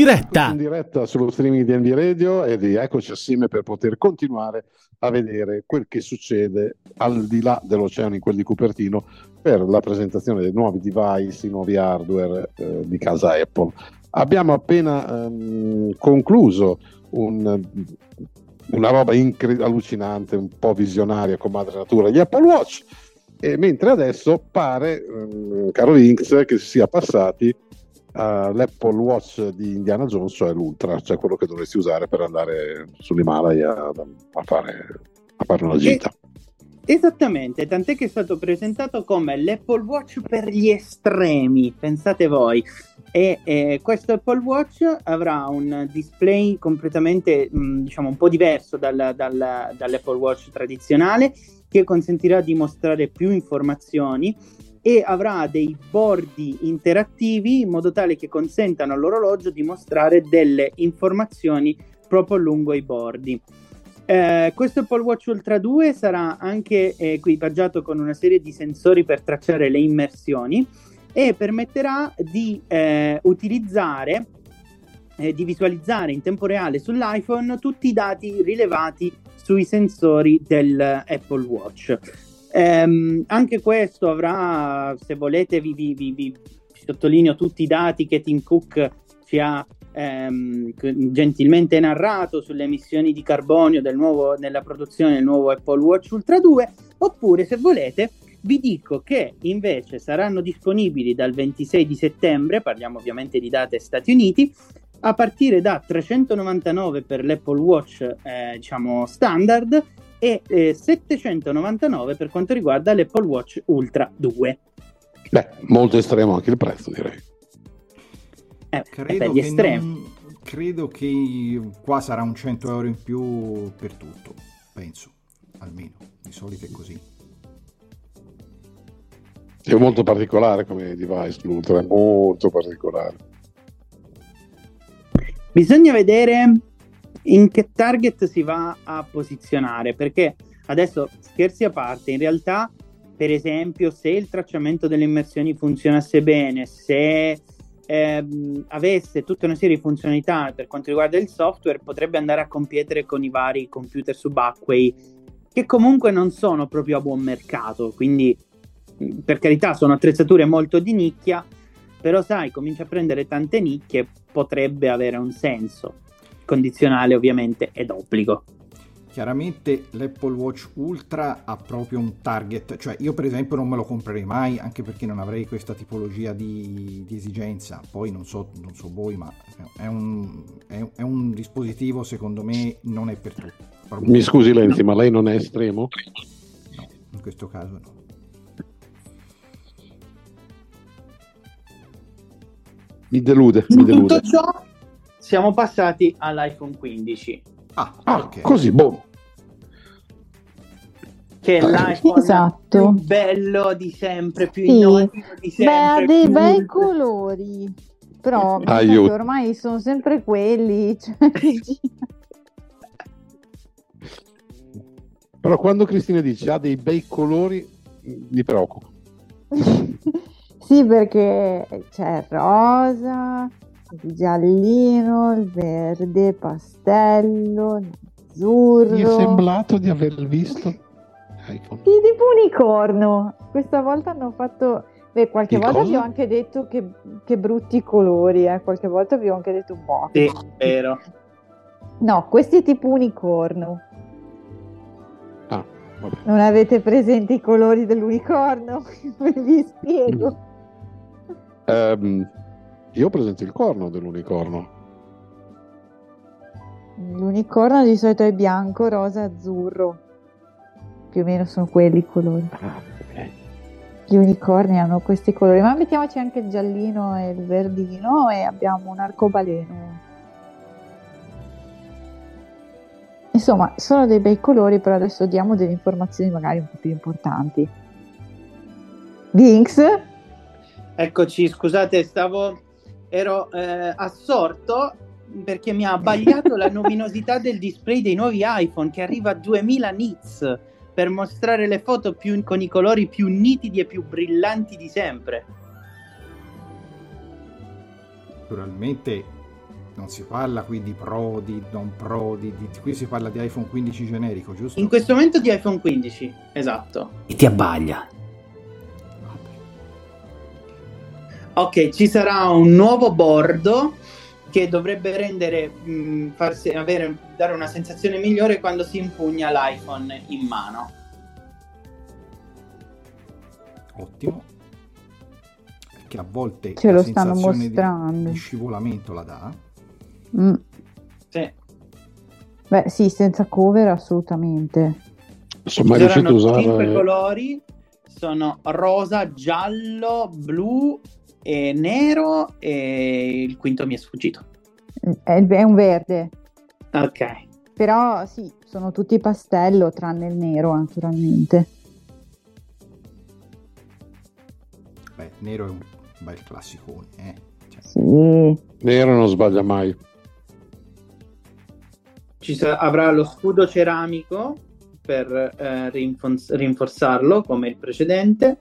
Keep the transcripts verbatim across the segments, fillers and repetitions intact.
diretta. In diretta sullo streaming di Andy Radio ed eccoci assieme per poter continuare a vedere quel che succede al di là dell'oceano in quel di Cupertino per la presentazione dei nuovi device, i nuovi hardware eh, di casa Apple. Abbiamo appena ehm, concluso un, una roba incre- allucinante, un po' visionaria con madre natura, gli Apple Watch, e mentre adesso pare, ehm, caro Inks, che si sia passati all'Apple Watch di Indiana Jones, cioè l'Ultra, cioè quello che dovresti usare per andare sull'Himalaya a, a, fare, a fare una gita. Esattamente, tant'è che è stato presentato come l'Apple Watch per gli estremi, pensate voi. E eh, questo Apple Watch avrà un display completamente, mh, diciamo, un po' diverso dal, dal, dall'Apple Watch tradizionale, che consentirà di mostrare più informazioni e avrà dei bordi interattivi in modo tale che consentano all'orologio di mostrare delle informazioni proprio lungo i bordi. Eh, questo Apple Watch Ultra due sarà anche eh, equipaggiato con una serie di sensori per tracciare le immersioni e permetterà di eh, utilizzare, eh, di visualizzare in tempo reale sull'iPhone tutti i dati rilevati sui sensori dell'Apple Watch. Um, anche questo avrà, se volete vi, vi, vi, vi sottolineo tutti i dati che Tim Cook ci ha um, gentilmente narrato sulle emissioni di carbonio del nuovo, nella produzione del nuovo Apple Watch Ultra due, oppure se volete vi dico che invece saranno disponibili dal ventisei di settembre, parliamo ovviamente di date Stati Uniti, a partire da trecentonovantanove per l'Apple Watch eh, diciamo standard e eh, settecentonovantanove per quanto riguarda l'Apple Watch Ultra due. Beh, molto estremo anche il prezzo, direi. Eh, credo, per gli che estremi. Non, credo che qua sarà un cento euro in più per tutto, penso, almeno, di solito è così. È molto particolare come device l'Ultra, è molto particolare. Bisogna vedere in che target si va a posizionare, perché adesso, scherzi a parte, in realtà per esempio se il tracciamento delle immersioni funzionasse bene, se ehm, avesse tutta una serie di funzionalità per quanto riguarda il software, potrebbe andare a competere con i vari computer subacquei che comunque non sono proprio a buon mercato, quindi per carità sono attrezzature molto di nicchia, però sai, comincia a prendere tante nicchie, potrebbe avere un senso, condizionale ovviamente ed obbligo. Chiaramente l'Apple Watch Ultra ha proprio un target, cioè io per esempio non me lo comprerei mai, anche perché non avrei questa tipologia di, di esigenza. Poi non so, non so voi, ma è un, è, è un dispositivo, secondo me non è per tutti. Mi scusi Lenzi, ma lei non è estremo? No, in questo caso no. Mi delude, In mi delude. tutto ciò siamo passati all'iPhone quindici. Ah, Ah, ok. così, boh. Che è l'iPhone Esatto. più bello di sempre, più Sì. innovativo di Beh, ha sempre. dei più- bei colori, però mi sa che Aiuto. ormai sono sempre quelli. Cioè, Però quando Cristina dice ha dei bei colori, mi preoccupo. sì, perché c'è il rosa, il giallino, il verde pastello, l'azzurro. Mi è sembrato di aver visto iPhone. Sì, tipo unicorno. Questa volta hanno fatto. Beh, qualche Che volta cosa? vi ho anche detto che, che brutti colori, eh. Qualche volta vi ho anche detto boh. Sì, vero. No, questi è tipo unicorno. Ah, vabbè. Non avete presente i colori dell'unicorno? Ve li spiego. Ehm, io presento il corno dell'unicorno. L'unicorno di solito è bianco, rosa, azzurro. Più o meno sono quelli i colori. Ah, ok. Gli unicorni hanno questi colori, ma mettiamoci anche il giallino e il verdino e abbiamo un arcobaleno. Insomma, sono dei bei colori, però adesso diamo delle informazioni magari un po' più importanti. Vinx? Eccoci, scusate, stavo ero eh, assorto perché mi ha abbagliato la luminosità del display dei nuovi iPhone che arriva a duemila nits per mostrare le foto più, con i colori più nitidi e più brillanti di sempre. Naturalmente Non si parla qui di Pro, di non Pro, di, di, qui si parla di iPhone quindici generico, giusto? In questo momento di iPhone quindici, esatto. E ti abbaglia. Ok, ci sarà un nuovo bordo che dovrebbe rendere, mh, farsi avere, dare una sensazione migliore quando si impugna l'iPhone in mano. Ottimo. Perché a volte Ce la lo stanno sensazione mostrando. Di, di scivolamento la dà. Mm. Sì. Beh, sì, senza cover assolutamente. Sono mai Ci riuscito a saranno cinque usare. colori, sono rosa, giallo, blu e nero, e il quinto mi è sfuggito. È, è un verde. Ok. Però sì, sono tutti pastello tranne il nero, naturalmente. Beh, nero è un bel classicone, eh. Cioè, Sì. Nero non sbaglia mai. Ci sa- avrà lo scudo ceramico per eh, rinfor- rinforzarlo come il precedente,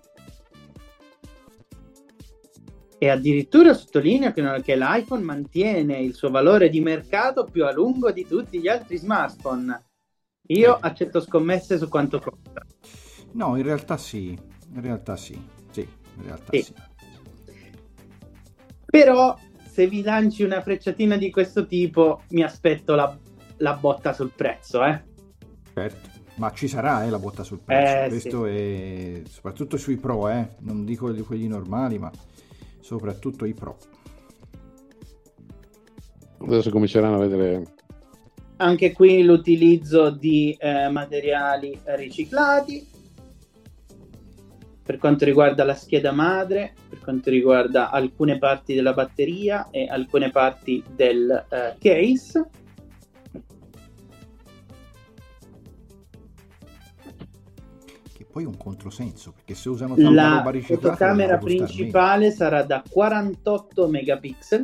e addirittura sottolinea che, che l'iPhone mantiene il suo valore di mercato più a lungo di tutti gli altri smartphone. Io Eh. accetto scommesse su quanto costa. no, in realtà sì, in realtà sì, sì, in realtà Sì. sì. Però se vi lanci una frecciatina di questo tipo mi aspetto la, la botta sul prezzo, eh. Certo. Ma ci sarà eh, la botta sul prezzo, Eh, questo è soprattutto sui Pro, eh. Non dico di quelli normali, ma soprattutto i Pro. Adesso cominceranno a vedere. Anche qui l'utilizzo di eh, materiali riciclati per quanto riguarda la scheda madre, per quanto riguarda alcune parti della batteria e alcune parti del eh, case. Che poi è un controsenso, perché se usano tanta La roba riciclata fotocamera dovrebbe costare principale sarà da quarantotto megapixel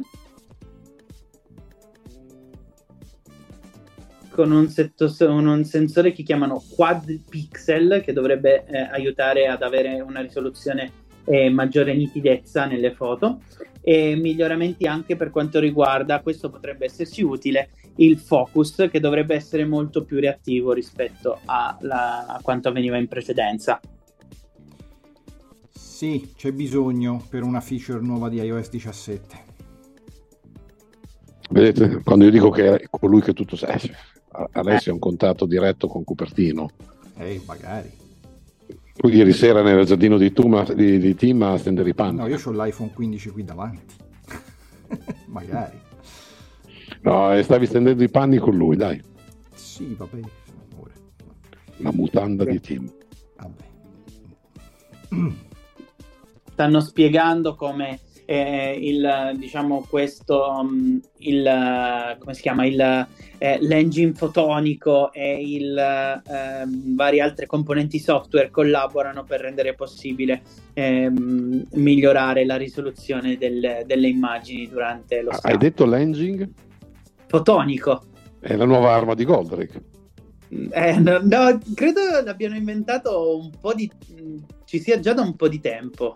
con un, setto- un sensore che chiamano quad pixel, che dovrebbe eh, aiutare ad avere una risoluzione e maggiore nitidezza nelle foto, e miglioramenti anche per quanto riguarda, questo potrebbe esserci utile, il focus, che dovrebbe essere molto più reattivo rispetto alla- a quanto avveniva in precedenza. Sì, c'è bisogno per una feature nuova di iOS diciassette. Vedete, quando io dico che è colui che tutto sa, eh, Alessio ha un contatto diretto con Cupertino. Eh, magari. Lui ieri sera nel giardino di, Tuma, di, di Tim a stendere i panni. No, io ho l'iPhone quindici qui davanti. Magari. No, e stavi stendendo i panni con lui, dai. Sì, vabbè. Ora. La mutanda di Tim. Vabbè. Stanno spiegando come eh, il, diciamo, questo, um, il, come si chiama, il, eh, l'engine fotonico e il, eh, vari altre componenti software collaborano per rendere possibile ehm, migliorare la risoluzione del- delle immagini durante lo Hai scatto. detto l'engine? Fotonico. È la nuova arma di Goldrake. Eh, no, no, credo l'abbiano inventato un po' di... ci sia già da un po' di tempo.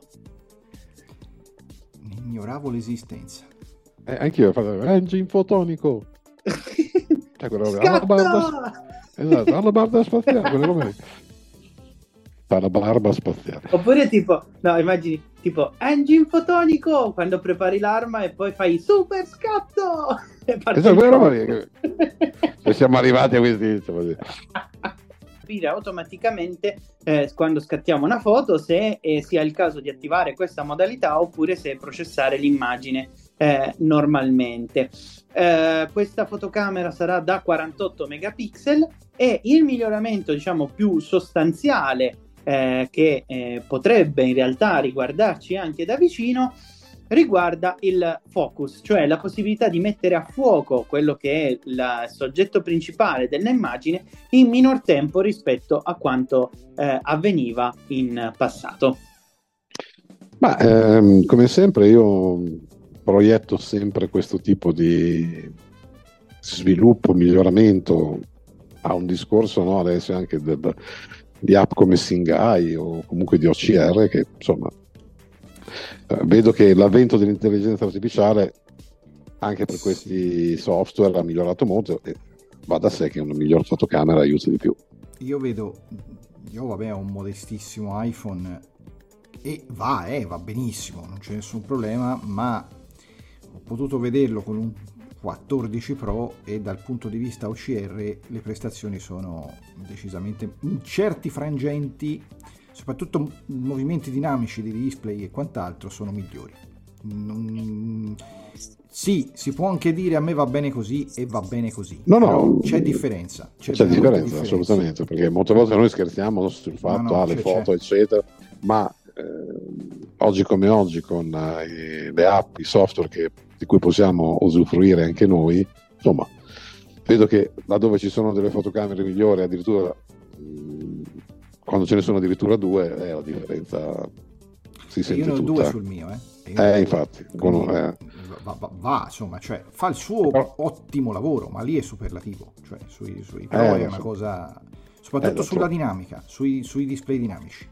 Ne ignoravo l'esistenza. Eh, anch'io ho fatto engine fotonico. Cioè, quella roba- alla barba, Scatta! esatto, alla barba spaziale, quelle robe lì. Fa la barba spaziale. Oppure tipo, no, immagini, tipo engine fotonico quando prepari l'arma e poi fai super scatto e parte Esatto, il quella roba colpo. lì. Se siamo arrivati a questi, insomma, sì. Capire automaticamente eh, quando scattiamo una foto se eh, sia il caso di attivare questa modalità oppure se processare l'immagine eh, normalmente. Eh, questa fotocamera sarà da quarantotto megapixel e il miglioramento, diciamo, più sostanziale eh, che eh, potrebbe in realtà riguardarci anche da vicino riguarda il focus, cioè la possibilità di mettere a fuoco quello che è la- il soggetto principale dell'immagine in minor tempo rispetto a quanto eh, avveniva in passato. Ma ehm, come sempre io proietto sempre questo tipo di sviluppo, miglioramento a un discorso, no, adesso anche del- di app come Singai o comunque di O C R, che insomma eh, vedo che l'avvento dell'intelligenza artificiale anche per questi software ha migliorato molto e va da sé che una miglior fotocamera aiuta di più. Io vedo, io vabbè ho un modestissimo iPhone e va, eh, va benissimo, non c'è nessun problema, ma ho potuto vederlo con un quattordici Pro e dal punto di vista O C R le prestazioni sono decisamente, in certi frangenti, soprattutto movimenti dinamici di display e quant'altro, sono migliori. Non... Sì, si può anche dire a me va bene così e va bene così. No, no, c'è differenza. C'è, c'è differenza, differenza, assolutamente, perché molte volte noi scherziamo sul fatto, no, no, ah, le foto, c'è. eccetera, ma eh, oggi come oggi con eh, le app, i software che, di cui possiamo usufruire anche noi, insomma, vedo che laddove ci sono delle fotocamere migliori, addirittura mh, quando ce ne sono addirittura due, eh, la differenza si sente io ne ho tutta. due sul mio, eh. Eh, infatti, quindi, con, eh. va, va, va, insomma, cioè, fa il suo Però... ottimo lavoro, ma lì è superlativo, cioè sui, sui Pro eh, è una so. cosa, soprattutto eh, sulla so. dinamica, sui, sui display dinamici.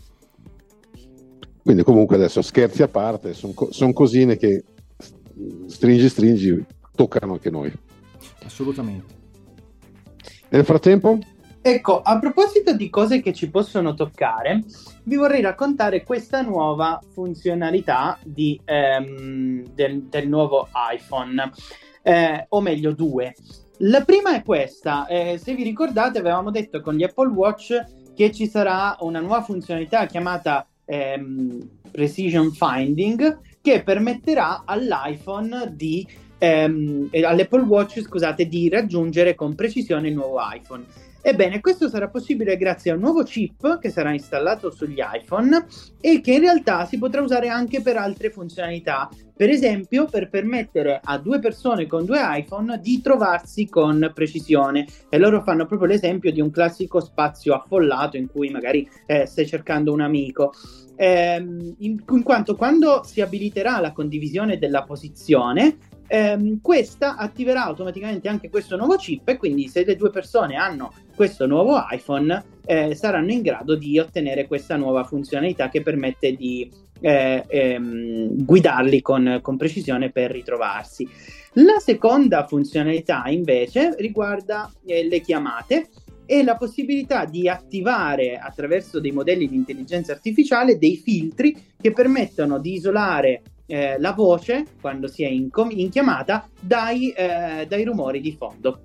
Quindi comunque adesso scherzi a parte, sono son cosine che stringi stringi toccano anche noi. Assolutamente. Nel frattempo? Ecco, a proposito di cose che ci possono toccare, vi vorrei raccontare questa nuova funzionalità di, ehm, del, del nuovo iPhone, eh, o meglio due. La prima è questa, eh, se vi ricordate avevamo detto con gli Apple Watch che ci sarà una nuova funzionalità chiamata ehm, Precision Finding, che permetterà all'iPhone di, ehm, all'Apple Watch, scusate, di raggiungere con precisione il nuovo iPhone. Ebbene, questo sarà possibile grazie a un nuovo chip che sarà installato sugli iPhone e che in realtà si potrà usare anche per altre funzionalità, per esempio per permettere a due persone con due iPhone di trovarsi con precisione. E loro fanno proprio l'esempio di un classico spazio affollato in cui magari eh, stai cercando un amico. Ehm, in, in quanto quando si abiliterà la condivisione della posizione, ehm, questa attiverà automaticamente anche questo nuovo chip e quindi se le due persone hanno questo nuovo iPhone eh, saranno in grado di ottenere questa nuova funzionalità che permette di eh, ehm, guidarli con, con precisione per ritrovarsi. La seconda funzionalità invece riguarda eh, le chiamate e la possibilità di attivare attraverso dei modelli di intelligenza artificiale dei filtri che permettono di isolare eh, la voce quando si è in, com- in chiamata dai, eh, dai rumori di fondo.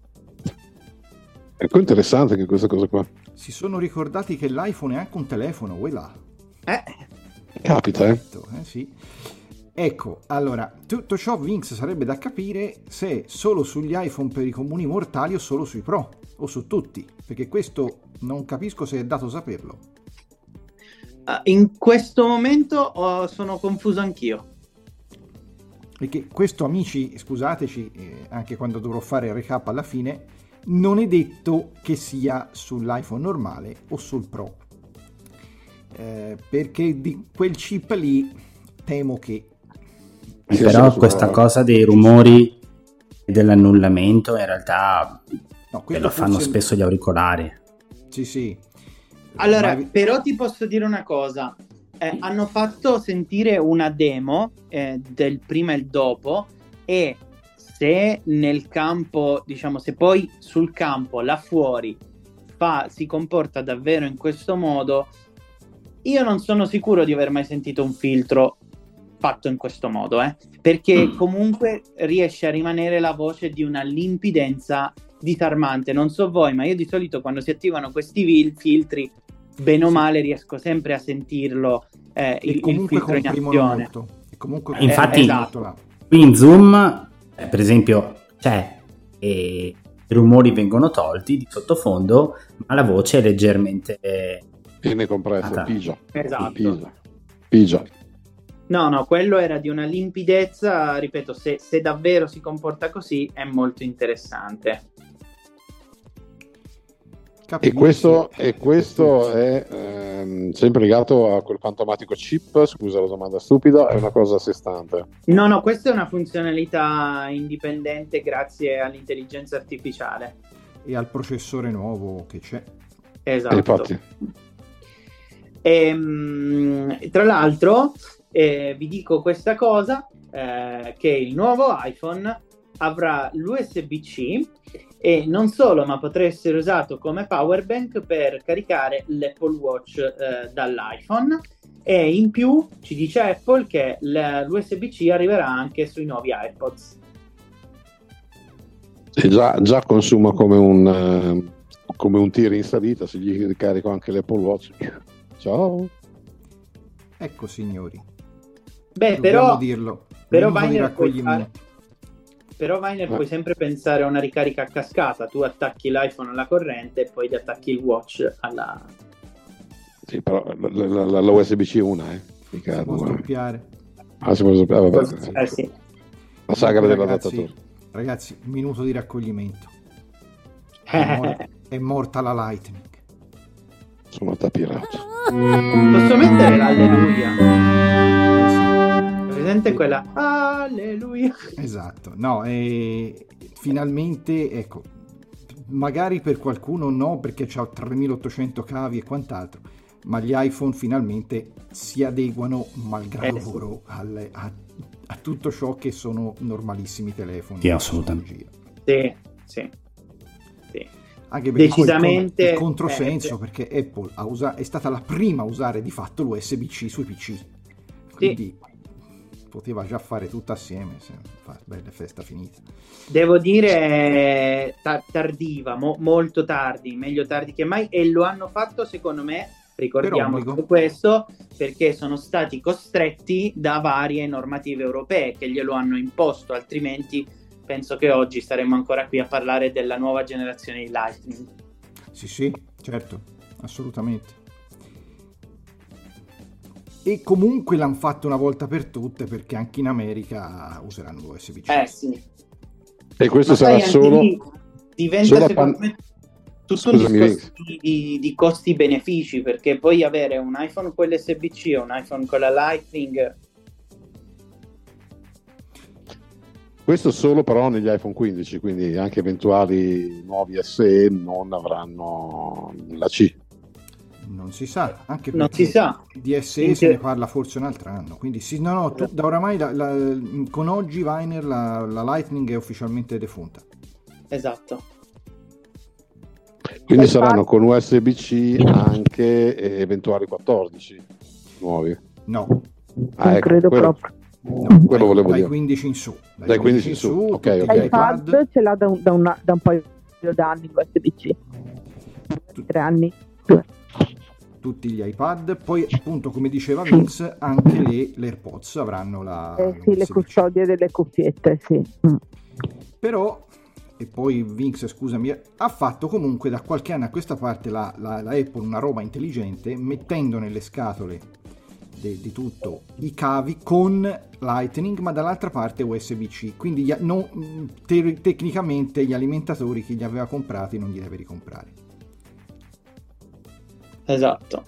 Ecco, interessante che questa cosa qua. Si sono ricordati che l'iPhone è anche un telefono, vuoi là? Eh. Capita, eh? eh sì. Ecco, allora, tutto ciò, Vinx, sarebbe da capire se solo sugli iPhone per i comuni mortali o solo sui Pro, o su tutti, perché questo non capisco se è dato saperlo. Uh, in questo momento oh, sono confuso anch'io. Perché questo, amici, scusateci, eh, anche quando dovrò fare il recap alla fine, non è detto che sia sull'iPhone normale o sul Pro. Eh, perché di quel chip lì temo che... Sì, però questa sulla... cosa dei rumori e dell'annullamento in realtà no, lo fanno forse... spesso gli auricolari. Sì, sì. Allora, Ma... però ti posso dire una cosa. Eh, hanno fatto sentire una demo eh, del prima e il dopo e se nel campo, diciamo, se poi sul campo, là fuori, fa, si comporta davvero in questo modo, io non sono sicuro di aver mai sentito un filtro fatto in questo modo, eh? Perché mm. comunque riesce a rimanere la voce di una limpidenza disarmante. Non so voi, ma io di solito quando si attivano questi vil- filtri, bene o male, riesco sempre a sentirlo eh, il, il filtro in azione. Molto. E comunque eh, infatti, eh, esatto. qui in Zoom, eh, per esempio, c'è e i rumori vengono tolti di sottofondo, ma la voce è leggermente viene compressa, pigia. Esatto. Pigia. Pigia. No, no, quello era di una limpidezza, ripeto, se, se davvero si comporta così è molto interessante. E questo, e questo è ehm, sempre legato a quel fantomatico chip, scusa la domanda stupida, è una cosa a sé stante? No, no, questa è una funzionalità indipendente grazie all'intelligenza artificiale. E al processore nuovo che c'è. Esatto. E infatti. E, tra l'altro E vi dico questa cosa, eh, che il nuovo iPhone avrà l'U S B C e non solo, ma potrà essere usato come power bank per caricare l'Apple Watch eh, dall'iPhone. E in più ci dice Apple che l'U S B C arriverà anche sui nuovi AirPods. E già, già consuma come un, uh, come un tir in salita, se gli ricarico anche l'Apple Watch. Ciao. Ecco signori. Beh, dobbiamo però, dirlo. però Minuto di Viner, puoi, raccoglimento. però Viner Eh. puoi sempre pensare a una ricarica a cascata. Tu attacchi l'iPhone alla corrente e poi ti attacchi il watch alla... Sì, però la, la, la, la U S B C è una, eh. Mica Si può due. sdoppiare. Ah, si può sdoppiare, vabbè. Eh sì. La sagra Ragazzi, dell'adattatore. ragazzi, minuto di raccoglimento. È, mor- è morta la Lightning. Sono tapirato. Posso mettere l'alleluia? Eh Presente quella alleluia? sì, esatto. No, e finalmente, ecco, magari per qualcuno no, perché c'ha tremilaottocento cavi e quant'altro, ma gli iPhone finalmente si adeguano, malgrado Eh sì. loro, alle- a, a tutto ciò che sono normalissimi telefoni. Sì, di assolutamente. tecnologia. Sì, sì. Sì. Anche perché poi il con- Decisamente, il controsenso, eh, perché Apple ha usa- è stata la prima a usare di fatto l'U S B C sui P C, quindi poteva già fare tutto assieme, se fa bella festa finita. Devo dire ta- tardiva, mo- molto tardi, meglio tardi che mai, e lo hanno fatto secondo me, ricordiamo Per obbligo. tutto questo, perché sono stati costretti da varie normative europee che glielo hanno imposto, altrimenti penso che oggi staremmo ancora qui a parlare della nuova generazione di Lightning. Sì, sì, certo, assolutamente. E comunque l'hanno fatto una volta per tutte, perché anche in America useranno l'U S B C. Eh sì. E questo Ma sarà sai, anche solo... lì diventa solo secondo pan- me tutto Scusami, un discorso di, di, di costi-benefici, perché poi avere un iPhone con l'U S B C e un iPhone con la Lightning... Questo solo però negli iPhone quindici, quindi anche eventuali nuovi S E non avranno la C. Non si sa, anche Non perché si sa. di S E In se che- ne parla forse un altro anno, quindi sì, no, no, tu- da oramai la- la- con oggi Viner la, la Lightning è ufficialmente defunta. Esatto. Quindi E saranno infatti- con U S B C anche eh, eventuali quattordici nuovi. No, Ah, Non ecco, credo quello, proprio. no, quello dai, volevo dai dire. quindici in su. Dai quindici in su, ok, tutti ok. gli iPad, iPad ce l'ha da un, da una- da un paio d'anni l'U S B C. Tre anni. Due. tutti gli iPad, poi appunto come diceva Vince anche le, le AirPods avranno la Eh sì, le l'U S B C. custodie delle cuffiette, sì. Mm. Però, e poi Vince scusami, ha fatto comunque da qualche anno a questa parte la, la- la Apple una roba intelligente, mettendo nelle scatole de- di tutto i cavi con Lightning, ma dall'altra parte U S B C, quindi gli- no- te- tecnicamente gli alimentatori chi li aveva comprati non li deve ricomprare. Esatto.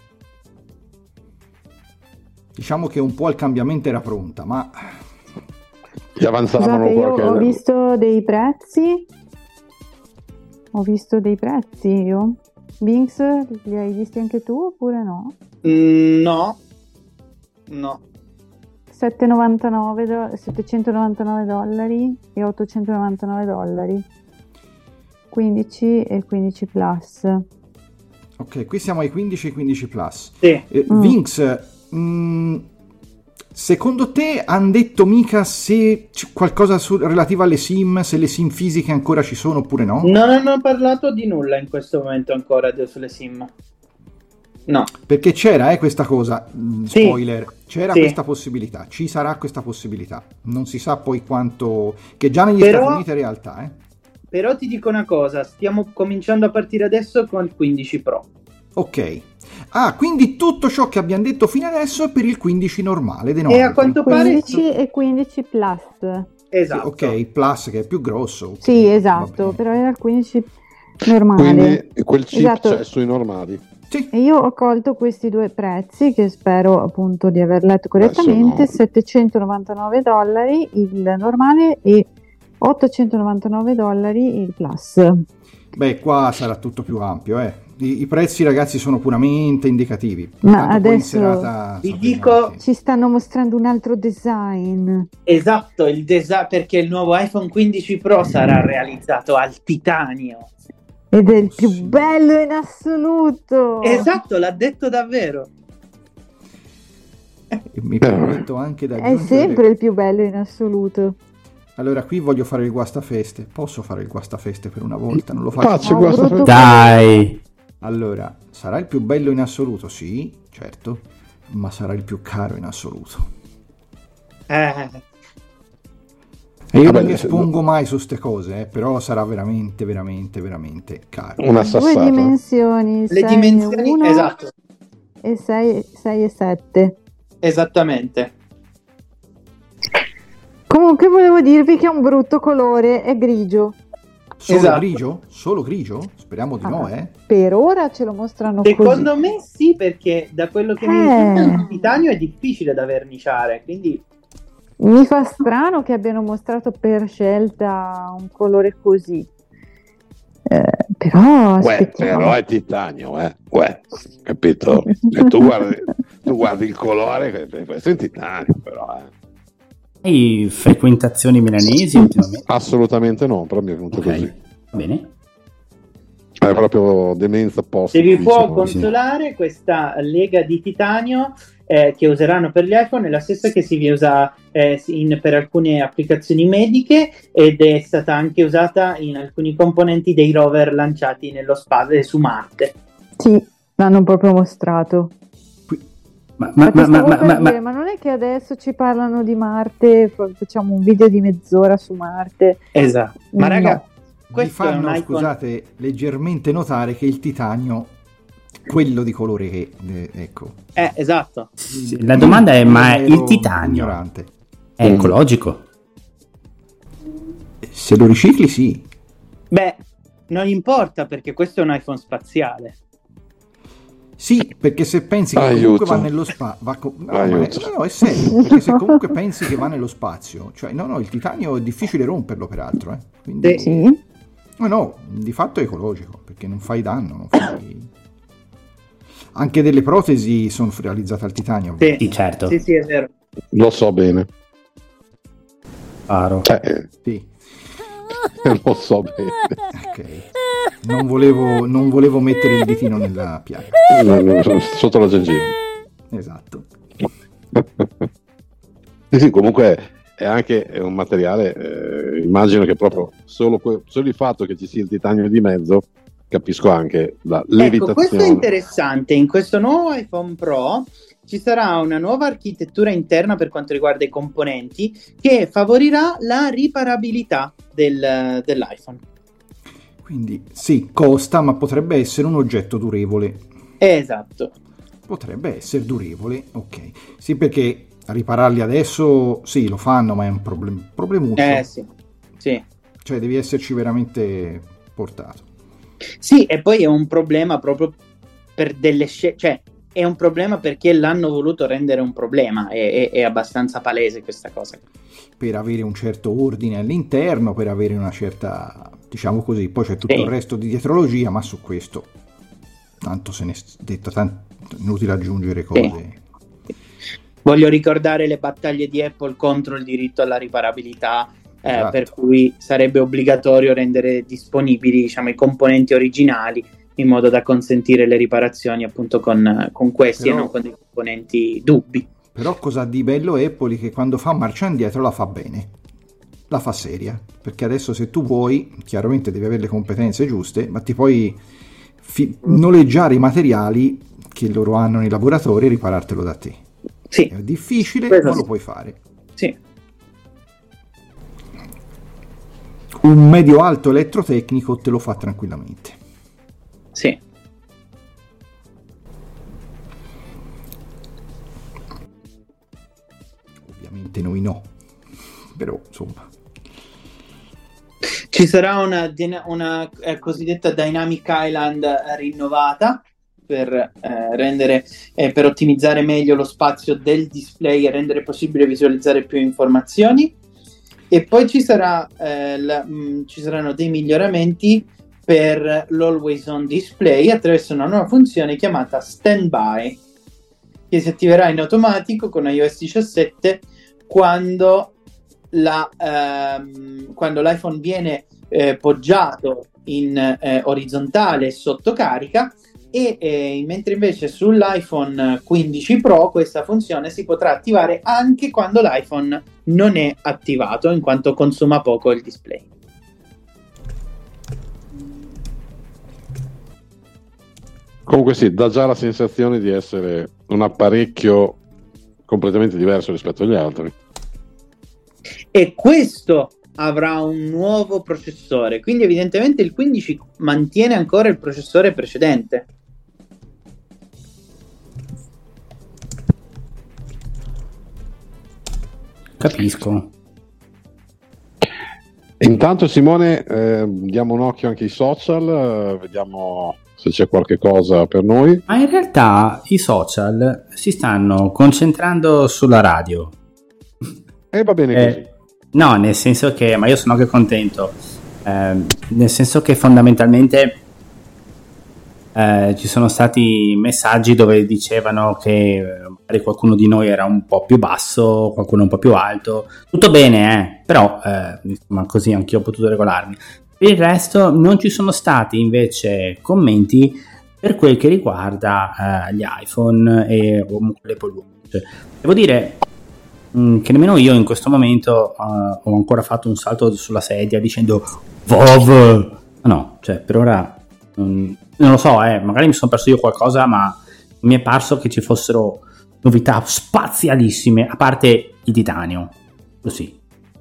Diciamo che un po' il cambiamento era pronta, ma Gli avanzavano Scusate, io qualche... ho visto dei prezzi. Ho visto dei prezzi io. Binks, li hai visti anche tu oppure no? Mm, no. No. settecentonovantanove do- settecentonovantanove dollari e ottocentonovantanove dollari. quindici e quindici plus. ok, qui siamo ai quindici e quindici plus. Sì. Eh, Mm. Vince, mm, secondo te hanno detto mica se c'è qualcosa su, relativo alle SIM, se le SIM fisiche ancora ci sono oppure no? Non hanno parlato di nulla in questo momento ancora de- sulle SIM. No. Perché c'era eh, questa cosa, mm, Sì. spoiler, c'era Sì. questa possibilità, ci sarà questa possibilità. Non si sa poi quanto, che già negli Però- Stati Uniti è realtà, eh. Però ti dico una cosa, stiamo cominciando a partire adesso con il quindici Pro. Ok. Ah, quindi tutto ciò che abbiamo detto fino adesso è per il quindici normale dei E nostri. a quanto pare... quindici e quindici plus. Esatto. Ok, il plus che è più grosso. ok, Sì, va esatto, bene. però era il quindici normale. Quindi quel chip Esatto. c'è sui normali. Sì. E io ho colto questi due prezzi che spero appunto di aver letto correttamente: sono- settecentonovantanove dollari il normale e ottocentonovantanove dollari il plus. Beh, qua sarà tutto più ampio, eh. I, i prezzi, ragazzi, sono puramente indicativi. Ma Tanto poi in adesso serata vi sappiamo dico- che- ci stanno mostrando un altro design. Esatto, il desa- perché il nuovo iPhone quindici Pro sarà realizzato al titanio. Ed è il più Sì. bello in assoluto. Esatto, l'ha detto davvero. E mi permetto anche da È aggiungere... sempre il più bello in assoluto. Allora, qui voglio fare il guastafeste. Posso fare il guastafeste per una volta? Non lo faccio. Faccio Oh, questo brutto- Dai! Allora, sarà il più bello in assoluto? Sì, certo, ma sarà il più caro in assoluto. Eh, E io Vabbè, non mi se- espongo mai su ste cose, eh, però sarà veramente, veramente, veramente caro. una Due sassata. dimensioni, le sei dimensioni, uno esatto, e sei e sette. esattamente. Comunque volevo dirvi che è un brutto colore, è grigio. Solo esatto. grigio? Solo grigio? Speriamo di no, Ah, eh. Per ora ce lo mostrano Secondo così. me sì, perché da quello che mi Eh. risulta il titanio è difficile da verniciare, quindi Mi fa strano che abbiano mostrato per scelta un colore così. Eh, però Uè, aspettiamo. però è titanio, eh. Uè, capito? E tu guardi, tu guardi il colore, questo è in titanio, però, eh. Hai frequentazioni milanesi ultimamente? Assolutamente no, però mi è venuto Ok, così. va bene. È proprio demenza post. se vi può diciamo. consolare, questa lega di titanio eh, che useranno per gli iPhone è la stessa che si usa eh, in- per alcune applicazioni mediche ed è stata anche usata in alcuni componenti dei rover lanciati nello spazio su Marte. Sì, l'hanno proprio mostrato. Ma, ma, Ecco, ma, ma, stavo ma, per ma- dire, ma non è che adesso ci parlano di Marte, fa- facciamo un video di mezz'ora su Marte. Esatto. Ma No. raga, Mi questo è un fanno, iPhone. scusate, leggermente notare che il titanio, quello di colore che... eh, ecco. Eh, esatto. sì, la domanda è: ma Ero il titanio ignorante. è ecologico? Se lo ricicli, sì. Beh, non importa perché questo è un iPhone spaziale. Sì, perché se pensi che Aiuto. comunque va nello spazio, va co- no, ma è, Aiuto. no, no, è serio, perché se comunque pensi che va nello spazio, cioè no, no, il titanio è difficile romperlo peraltro, eh. Quindi, Sì. Sì. no, no, di fatto è ecologico, perché non fai danno, non fai... Anche delle protesi sono realizzate al titanio. Sì. Sì, certo. Sì, sì, è vero. Lo so bene. Chiaro. Eh, Sì, lo so bene. ok. Non volevo, non volevo mettere il ditino nella piaga. Sotto la gengiva. Esatto. Sì, sì, comunque è anche un materiale, eh, immagino che proprio solo, que- solo il fatto che ci sia il titanio di mezzo, capisco anche la Ecco, questo è levitazione. interessante. In questo nuovo iPhone Pro ci sarà una nuova architettura interna per quanto riguarda i componenti che favorirà la riparabilità del- dell'iPhone. Quindi sì, costa, ma potrebbe essere un oggetto durevole. Esatto. Potrebbe essere durevole, ok. Sì, perché ripararli adesso, sì, lo fanno, ma è un problem- problemuccio. Eh sì. Sì. Cioè, devi esserci veramente portato. Sì, e poi è un problema proprio per delle scelte, cioè è un problema perché l'hanno voluto rendere un problema, è, è- è abbastanza palese questa cosa. Per avere un certo ordine all'interno, per avere una certa, diciamo così, poi c'è tutto Sì. il resto di dietrologia, ma su questo tanto se ne è detto, tanto inutile aggiungere cose. Voglio ricordare le battaglie di Apple contro il diritto alla riparabilità, eh, Esatto. per cui sarebbe obbligatorio rendere disponibili, diciamo, i componenti originali in modo da consentire le riparazioni appunto con, con questi Però- e non con dei componenti dubbi. Però cosa di bello Apple è che quando fa marcia indietro la fa bene, la fa seria, perché adesso se tu vuoi, chiaramente devi avere le competenze giuste, ma ti puoi fi- noleggiare i materiali che loro hanno nei laboratori e riparartelo da te. Sì, È difficile, Questo ma sì. lo puoi fare. sì. Un medio-alto elettrotecnico te lo fa tranquillamente. Sì. Ovviamente noi no, però insomma. Ci sarà una, dyna- una eh, cosiddetta Dynamic Island eh, rinnovata per eh, rendere eh, per ottimizzare meglio lo spazio del display e rendere possibile visualizzare più informazioni. E poi ci sarà eh, la- mh, ci saranno dei miglioramenti per l'Always On Display attraverso una nuova funzione chiamata Standby, che si attiverà in automatico con iOS diciassette quando, la, ehm, quando l'iPhone viene eh, poggiato in eh, orizzontale sotto carica, e eh, mentre invece sull'iPhone quindici Pro questa funzione si potrà attivare anche quando l'iPhone non è attivato, in quanto consuma poco il display. Comunque sì, dà già la sensazione di essere un apparecchio completamente diverso rispetto agli altri. E questo avrà un nuovo processore, quindi evidentemente il quindici mantiene ancora il processore precedente. Capisco. Intanto Simone, eh, diamo un occhio anche ai social, eh, vediamo se c'è qualche cosa per noi. Ma in realtà i social si stanno concentrando sulla radio. E va bene così. Eh, no, nel senso che, ma io sono anche contento, eh, nel senso che fondamentalmente eh, ci sono stati messaggi dove dicevano che eh, magari qualcuno di noi era un po' più basso, qualcuno un po' più alto, tutto bene, eh, però eh, insomma, così anch'io ho potuto regolarmi. Per il resto non ci sono stati invece commenti per quel che riguarda eh, gli iPhone e comunque l'Apple Watch. Devo dire mh, che nemmeno io in questo momento uh, ho ancora fatto un salto sulla sedia dicendo Vov! No, cioè per ora mh, non lo so, eh, magari mi sono perso io qualcosa, ma mi è parso che ci fossero novità spazialissime, a parte il titanio, così.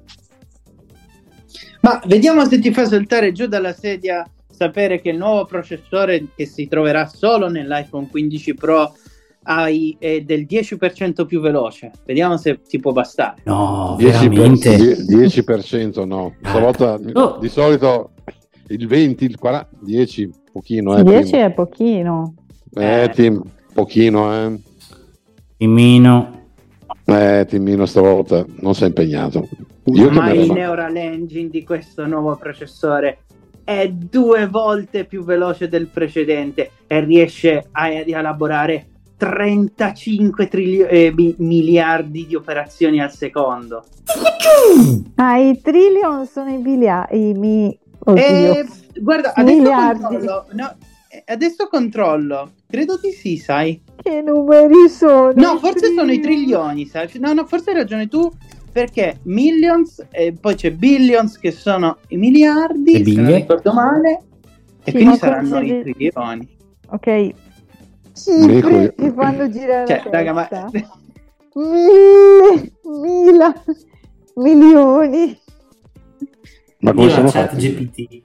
Ma vediamo se ti fa saltare giù dalla sedia sapere che il nuovo processore che si troverà solo nell'iPhone quindici Pro hai, è del dieci per cento più veloce. Vediamo se ti può bastare. No, dieci veramente? Per, dieci per cento no, stavolta Oh. di solito il venti, il quaranta, dieci pochino, eh, dieci Tim. è pochino. Eh, Eh. Tim, pochino, eh. Timino. Eh, Timmino stavolta non si è impegnato. Io Ma che il me ne- Neural Engine di questo nuovo processore è due volte più veloce del precedente e riesce a, a elaborare trentacinque trilio- eh, mi- miliardi di operazioni al secondo. Ah, i trillion sono i miliardi. I mi... Oddio. E, guarda, adesso Miliardi. controllo. No, eh, adesso controllo. Credo di sì, sai. Che numeri sono? No, i forse sono i trillion? trilioni, sai? No, no, forse hai ragione tu, perché millions e poi c'è billions che sono i miliardi, E se non biglie? ricordo male, e Sì, quindi ma saranno forse i di- trilioni. Ok. Dico io. Cifre che fanno girare Cioè, la raga, ma testa. Mille, mila, milioni. Ma come Io sono la chat fatti? G P T.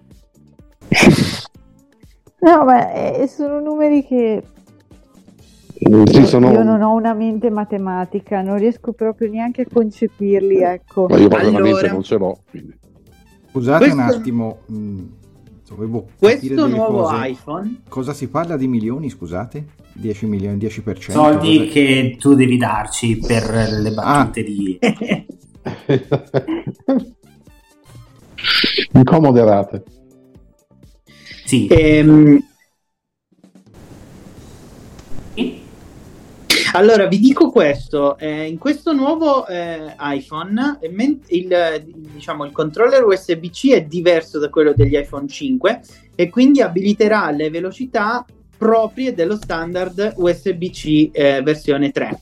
No, ma eh, sono numeri che Sì, sono... io non ho una mente matematica, non riesco proprio neanche a concepirli, ecco. Ma io proprio la mente Allora- non ce l'ho, quindi. Scusate un Questo- attimo, mh, dovevo capire Questo delle nuovo cose. iPhone, Cosa si parla di milioni, scusate? dieci milioni, dieci per cento? Soldi Cosa- che tu devi darci per le battute di... Incomoderate. Sì. ehm, allora vi dico questo, eh, in questo nuovo eh, iPhone eh, men- il, eh, diciamo, il controller U S B C è diverso da quello degli iPhone cinque e quindi abiliterà le velocità proprie dello standard U S B C eh, versione tre.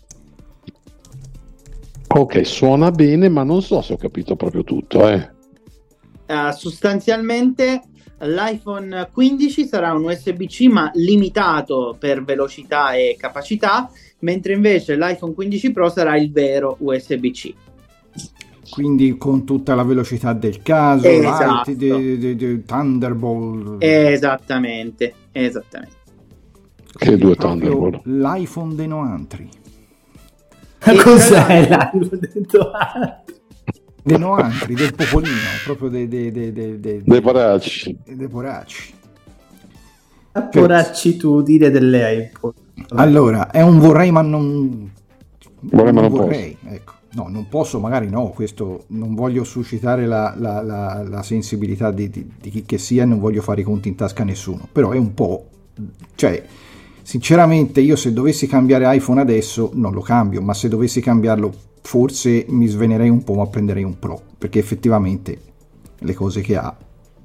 Ok, suona bene, ma non so se ho capito proprio tutto, eh. Uh, sostanzialmente l'iPhone quindici sarà un U S B C ma limitato per velocità e capacità, mentre invece l'iPhone quindici Pro sarà il vero U S B C. Quindi con tutta la velocità del caso, Esatto. light, de- de- de- Thunderbolt. Esattamente, esattamente. Che Quindi due proprio Thunderbolt. L'iPhone dei noantri. E Cos'è tra l'iPhone detto? Dei noantri, del popolino, proprio dei, dei, dei, dei, dei, Dei poracci. dei poracci. La poraccitudine delle iPhone. Allora, è un vorrei ma non... Vorrei ma non vorrei, ecco. No, non posso, magari no, questo non voglio suscitare la, la, la, la sensibilità di, di, di chi che sia, non voglio fare i conti in tasca a nessuno, però è un po', cioè, sinceramente io se dovessi cambiare iPhone adesso non lo cambio, ma se dovessi cambiarlo forse mi svenerei un po', ma prenderei un Pro, perché effettivamente le cose che ha.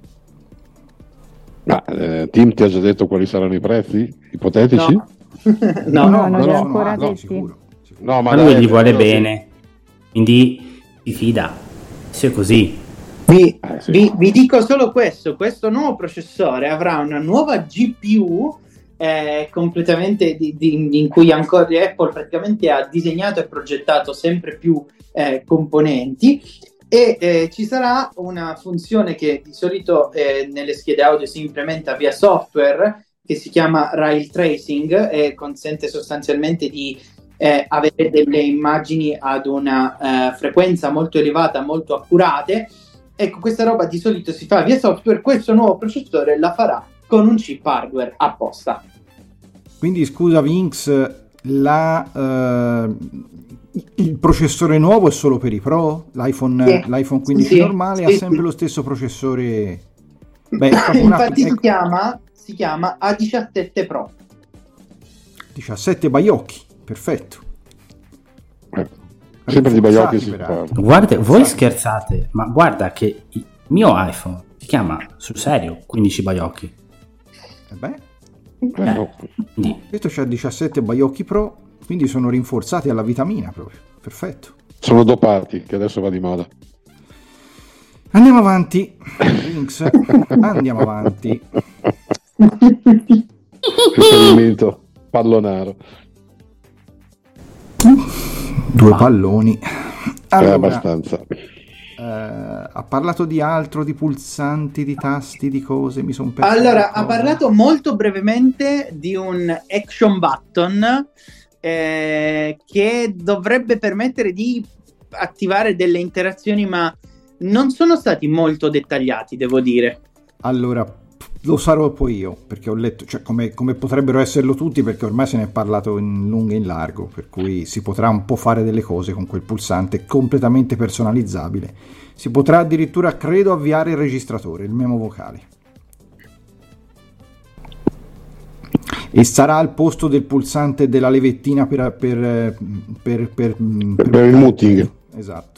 Ma eh, Tim ti ha già detto quali saranno i prezzi ipotetici? No, no, no, non no, li ha no, ancora no, detti. sicuro, sicuro. No, Ma ma lui dai, gli vuole no, bene, quindi si fida. Se è così. Vi, Eh, sì. vi- vi dico solo questo: questo nuovo processore avrà una nuova G P U eh, completamente di, di- in cui ancora Apple praticamente ha disegnato e progettato sempre più eh, componenti, e eh, ci sarà una funzione che di solito eh, nelle schede audio si implementa via software, che si chiama Rail Tracing, e consente sostanzialmente di eh, avere delle immagini ad una eh, frequenza molto elevata, molto accurate. Ecco, questa roba di solito si fa via software, questo nuovo processore la farà con un chip hardware apposta. Quindi scusa Vinx, la, eh, il processore nuovo è solo per i Pro? L'iPhone, Sì. l'iPhone quindici Sì, normale sì, ha sempre sì. lo stesso processore? Beh, è proprio una- Infatti si ecco, chiama, si chiama A diciassette Pro. diciassette baiocchi, perfetto. Eh, sempre di Rinforzati, Baiocchi si peraltro. parla. Guarda, voi scherzate, ma guarda che il mio iPhone si chiama sul serio quindici Baiocchi. Eh beh, Eh, no. Quindi questo c'ha diciassette baiocchi Pro, quindi sono rinforzati alla vitamina proprio, perfetto. Sono dopati, che adesso va di moda. Andiamo avanti, Vinx, andiamo avanti. Riferimento pallonaro. Due palloni. È Allora, abbastanza. eh, ha parlato di altro, di pulsanti, di tasti, di cose, mi sono perso. Allora, ha qualcosa. parlato molto brevemente di un action button eh, che dovrebbe permettere di attivare delle interazioni, ma non sono stati molto dettagliati, devo dire. Allora, lo sarò poi io, perché ho letto, cioè come, come potrebbero esserlo tutti, perché ormai se ne è parlato in lungo e in largo, per cui si potrà un po' fare delle cose con quel pulsante completamente personalizzabile. Si potrà addirittura, credo, avviare il registratore, il memo vocale. E sarà al posto del pulsante della levettina per, per, per, per, per, Per il muting. Esatto.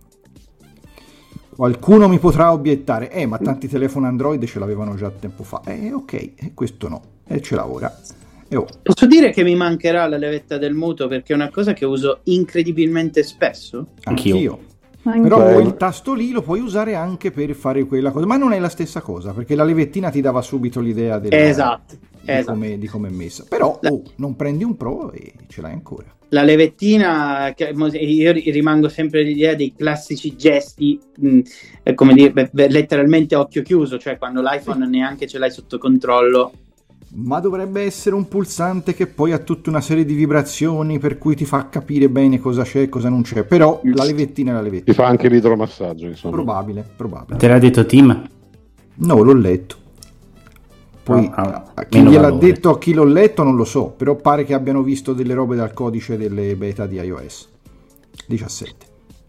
Qualcuno mi potrà obiettare, eh ma tanti telefoni Android ce l'avevano già tempo fa. Eh ok, e questo no, e ce l'ha ora. E oh. Posso dire che mi mancherà la levetta del muto, perché è una cosa che uso incredibilmente spesso. Anch'io. Anch'io. Anche- Però Ok. quel tasto lì lo puoi usare anche per fare quella cosa, ma non è la stessa cosa, perché la levettina ti dava subito l'idea della- Esatto, di, esatto. come, di come è messa. Però La- oh, non prendi un Pro e ce l'hai ancora. La levettina, che- io ri- rimango sempre l'idea dei classici gesti, mh, eh, come dire, beh, beh, letteralmente a occhio chiuso, cioè quando l'iPhone neanche ce l'hai sotto controllo. Ma dovrebbe essere un pulsante che poi ha tutta una serie di vibrazioni per cui ti fa capire bene cosa c'è e cosa non c'è. Però la levettina è la Ti levettina. fa anche l'idromassaggio, insomma. Probabile, probabile. te l'ha detto Tim? No, l'ho letto. Poi No, ah, a chi meno gliel'ha valore. detto, a chi l'ho letto non lo so, però pare che abbiano visto delle robe dal codice delle beta di iOS diciassette.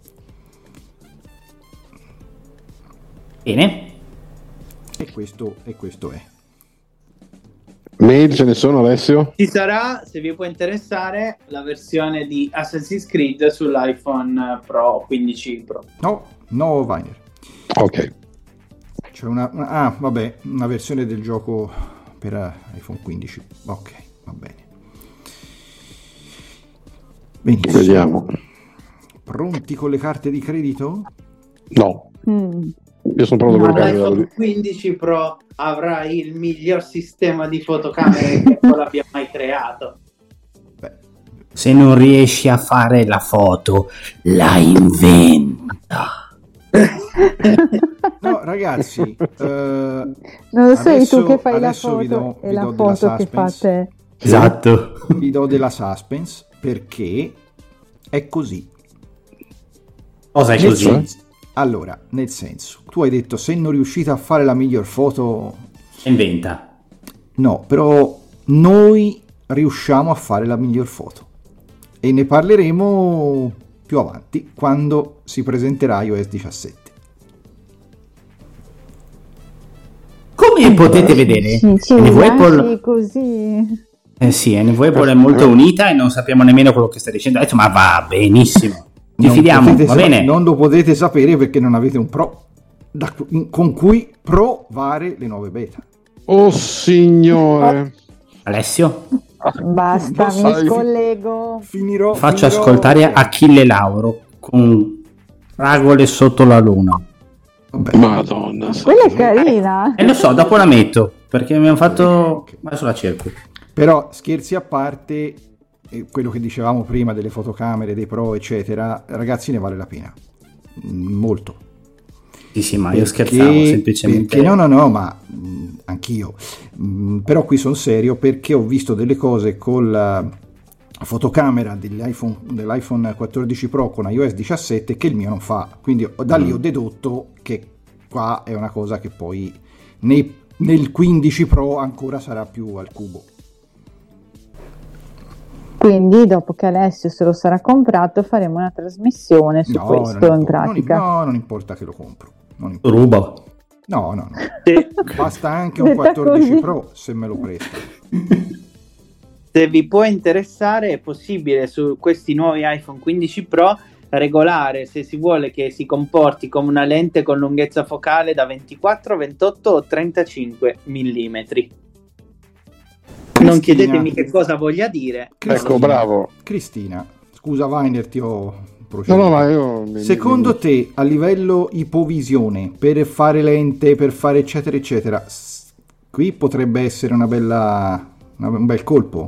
Bene. E questo, e questo è. Mail ce ne sono, Alessio? Ci sarà, se vi può interessare, la versione di Assassin's Creed sull'iPhone Pro quindici Pro. No, no, Viner. Ok. C'è una, una- ah, vabbè, una versione del gioco per eh, iPhone quindici. Ok, va bene. Benissimo. Vediamo. Pronti con le carte di credito? No, Mm. io sono pronto No. con le L'iPhone carte. quindici Pro avrà il miglior sistema di fotocamere che Apple abbia mai creato. Beh, Se non riesci a fare la foto, la inventa. no, ragazzi, eh, Non lo sei adesso- tu che fai la adesso vi foto do- e vi la do della foto che suspense. fate. Esatto. vi do della suspense perché è così. Cosa è Nel così? senso- allora, nel senso, tu hai detto se non riuscite a fare la miglior foto, Inventa. no, però noi riusciamo a fare la miglior foto e ne parleremo più più avanti, quando si presenterà iOS diciassette. Come potete vedere, Ci, ci N V lasci Apple, così. eh sì, N V Apple è molto unita e non sappiamo nemmeno quello che sta dicendo adesso, ma va benissimo. Ci Non fidiamo, potete va sa- bene. Non lo potete sapere perché non avete un Pro da cu- con cui provare le nuove beta. Oh signore, Alessio, Basta, Lo mi sai. scollego. Finirò. faccio finirò- ascoltare Achille Lauro con Fragole sotto la luna. Vabbè. Madonna. Quella è carina. E lo so, dopo la metto, perché mi hanno fatto... Adesso la cerco. Però scherzi a parte, eh, quello che dicevamo prima delle fotocamere, dei Pro, eccetera, ragazzi, ne vale la pena. Mm, Molto. Sì, sì, ma io Perché- scherzavo semplicemente. Perché no, no, no, ma mh, anch'io. Mh, però qui sono serio perché ho visto delle cose con la fotocamera dell'iPhone, dell'iPhone quattordici Pro con iOS diciassette che il mio non fa. Quindi da lì ho dedotto che qua è una cosa che poi nei- nel quindici Pro ancora sarà più al cubo. Quindi dopo che Alessio se lo sarà comprato faremo una trasmissione su No, questo non in impo- pratica. Non, no, non importa che lo compro. Non importa. Ruba. No, no, no. Se, Basta anche un Detta quattordici così. Pro se me lo presta. se vi può interessare, è possibile su questi nuovi iPhone quindici Pro regolare, se si vuole, che si comporti come una lente con lunghezza focale da ventiquattro, ventotto o trentacinque millimetri. Non Cristina. chiedetemi che cosa voglia dire. Ecco, bravo. Cristina, scusa Weiner, ti ho No, proceduto. no, ma io mi- Secondo mi- te, a livello ipovisione, per fare lente, per fare eccetera eccetera, s- qui potrebbe essere una bella, una- un bel colpo?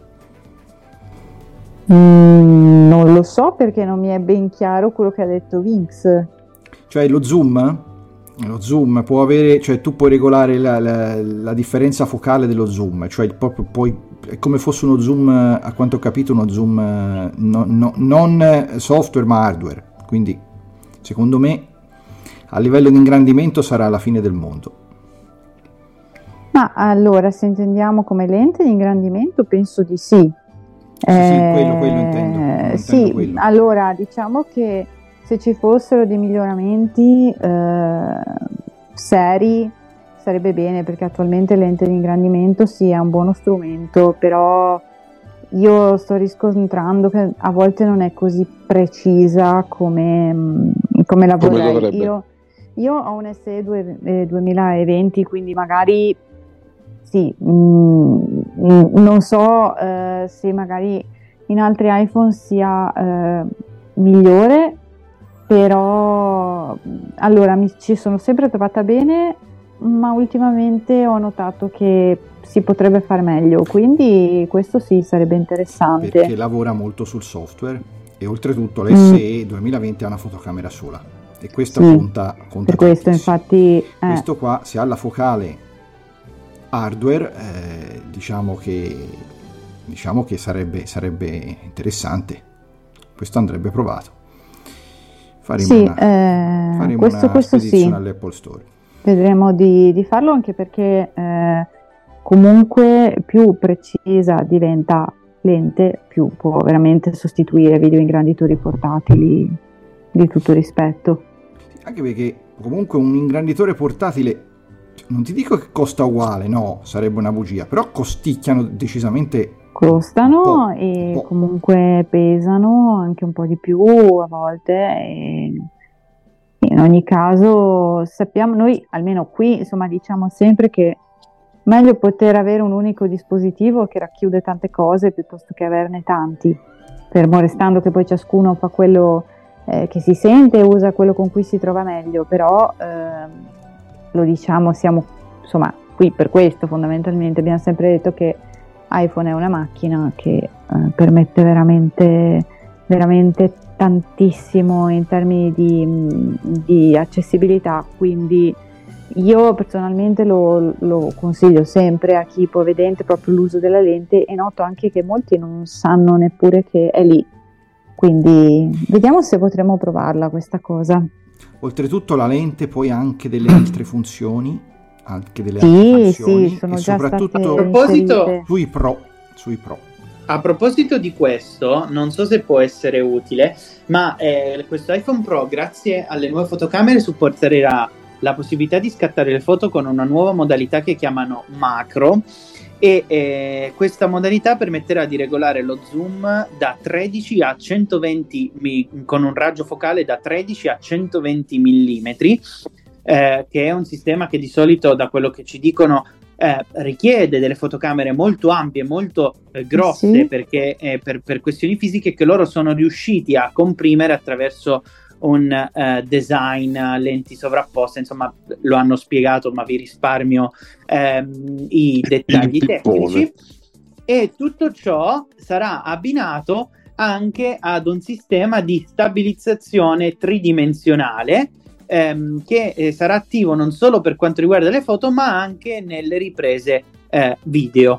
Mm, non lo so perché non mi è ben chiaro quello che ha detto Vinx. Cioè lo zoom, lo zoom può avere, cioè tu puoi regolare la, la- la differenza focale dello zoom, cioè il- proprio poi è come fosse uno zoom, a quanto ho capito, uno zoom eh, no- no- non software ma hardware. Quindi secondo me a livello di ingrandimento sarà la fine del mondo. Ma allora, se intendiamo come lente di ingrandimento, penso di sì. Sì, sì, quello- quello intendo, intendo sì, quello. allora diciamo che se ci fossero dei miglioramenti eh, seri sarebbe bene, perché attualmente lente di ingrandimento sì, è un buono strumento, però io sto riscontrando che a volte non è così precisa come, mm, come la Come vorrei. dovrebbe. Io, io ho un S E due, eh, duemilaventi, quindi magari sì, mm, mm, non so eh, se magari in altri iPhone sia eh, migliore, però allora mi ci sono sempre trovata bene, ma ultimamente ho notato che si potrebbe fare meglio, quindi questo sì, sarebbe interessante. Perché lavora molto sul software e oltretutto l'S E duemilaventi ha una fotocamera sola e questa Sì, conta, conta Per questo tantissimo. infatti eh, Questo qua, se ha la focale hardware, eh, diciamo che diciamo che sarebbe, sarebbe interessante. Questo andrebbe provato. Faremo sì, una, eh, faremo questo, una questo sì. spedizione all'Apple Store. Vedremo di, di farlo, anche perché eh, comunque più precisa diventa lente, più può veramente sostituire video ingranditori portatili di tutto rispetto. Anche perché comunque un ingranditore portatile, non ti dico che costa uguale, no, sarebbe una bugia, però costicchiano decisamente. Costano Un po', e un po'. comunque pesano anche un po' di più a volte, e in ogni caso sappiamo, noi almeno qui insomma diciamo sempre che meglio poter avere un unico dispositivo che racchiude tante cose piuttosto che averne tanti, fermo restando che poi ciascuno fa quello eh, che si sente e usa quello con cui si trova meglio, però ehm, lo diciamo, siamo insomma qui per questo, fondamentalmente abbiamo sempre detto che iPhone è una macchina che eh, permette veramente, veramente tantissimo in termini di, di accessibilità, quindi io personalmente lo, lo consiglio sempre a chi è ipovedente proprio l'uso della lente, e noto anche che molti non sanno neppure che è lì, quindi vediamo se potremo provarla questa cosa. Oltretutto la lente poi ha anche delle altre funzioni, anche delle Sì, altre funzioni, sì, sono e già soprattutto state A proposito- inserite. sui Pro, sui Pro. A proposito di questo, non so se può essere utile, ma eh, questo iPhone Pro, grazie alle nuove fotocamere, supporterà la possibilità di scattare le foto con una nuova modalità che chiamano macro, e eh, questa modalità permetterà di regolare lo zoom da tredici a centoventi mi- con un raggio focale da tredici a centoventi millimetri, eh, che è un sistema che di solito, da quello che ci dicono, Eh, richiede delle fotocamere molto ampie, molto eh, grosse, Sì. perché eh, per, per questioni fisiche che loro sono riusciti a comprimere attraverso un eh, design a lenti sovrapposte. Insomma, lo hanno spiegato, ma vi risparmio ehm, i dettagli Il pippone. tecnici. E tutto ciò sarà abbinato anche ad un sistema di stabilizzazione tridimensionale, Ehm, che eh, sarà attivo non solo per quanto riguarda le foto, ma anche nelle riprese eh, video.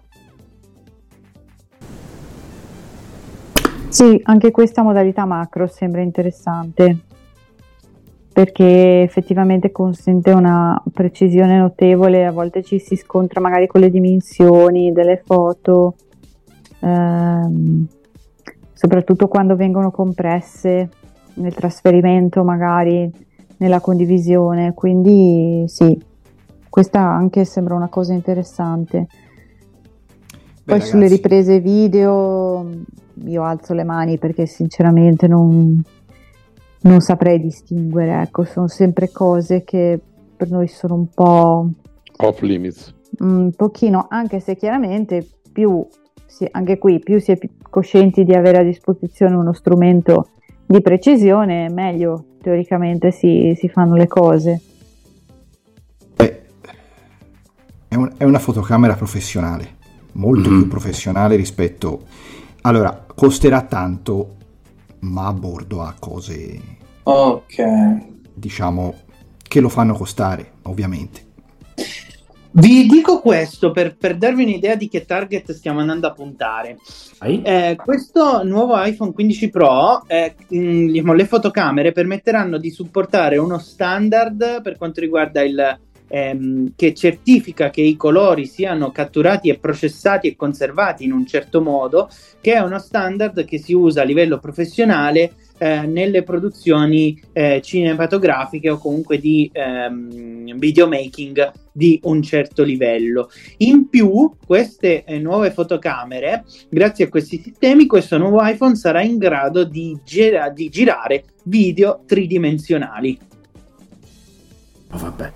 Sì, anche questa modalità macro sembra interessante, perché effettivamente consente una precisione notevole. A volte ci si scontra magari con le dimensioni delle foto, ehm, soprattutto quando vengono compresse nel trasferimento, magari nella condivisione. Quindi sì, questa anche sembra una cosa interessante. Poi Beh, sulle ragazzi, riprese video io alzo le mani, perché sinceramente non, non saprei distinguere, ecco, sono sempre cose che per noi sono un po' Off limits. un pochino, anche se chiaramente più si, anche qui più si è più coscienti di avere a disposizione uno strumento di precisione, meglio teoricamente si, si fanno le cose. Beh, è, un- è una fotocamera professionale, molto Mhm. più professionale rispetto... Allora, costerà tanto, ma a bordo ha cose, Ok. diciamo, che lo fanno costare, ovviamente. Vi dico questo per, per darvi un'idea di che target stiamo andando a puntare. Vai. Eh, questo nuovo iPhone quindici Pro, eh, mh, diciamo, le fotocamere permetteranno di supportare uno standard per quanto riguarda il ehm, che certifica che i colori siano catturati e processati e conservati in un certo modo, che è uno standard che si usa a livello professionale eh, nelle produzioni eh, cinematografiche o comunque di ehm, videomaking di un certo livello. In più, queste eh, nuove fotocamere, grazie a questi sistemi, questo nuovo iPhone sarà in grado di, gira- di girare video tridimensionali. Oh, vabbè.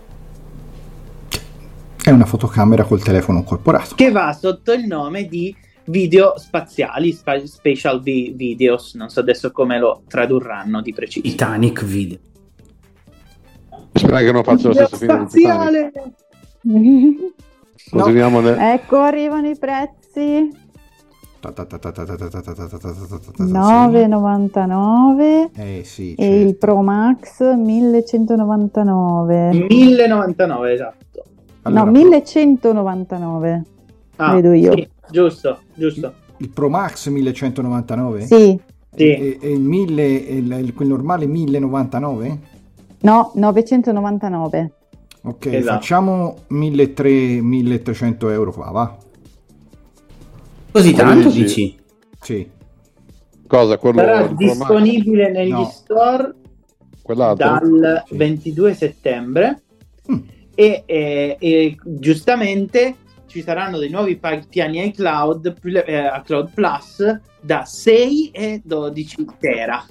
È una fotocamera col telefono incorporato. Che va sotto il nome di video spaziali, spa- spatial vi- videos, non so adesso come lo tradurranno di preciso. Titanic video. Spera che non faccia la Video stessa fine di Titanic. spaziale! Continuiamo nel... Ecco, arrivano i prezzi. Ta ta ta ta ta ta ta ta ta ta ta ta ta ta ta. nove e novantanove Eh sì, e il certo. Pro Max millecentonovantanove. mille e novantanove, esatto. Allora, No, millecentonovantanove. Ah, Vedo io. sì, giusto, giusto. il Pro Max millecentonovantanove? Sì, Sì. E, e il mille, e il, il- quel normale millenovantanove? no, novecentonovantanove. Ok, Esatto. facciamo milletrecento milletrecento euro qua, va? Così tanto dici? dici? Sì. Cosa? Quello Sarà il Pro Max? disponibile negli No. store Quell'altro? dal Sì. ventidue settembre Mm. e, e- e giustamente ci saranno dei nuovi pa- piani iCloud, pl- eh, iCloud Plus da sei e dodici tera.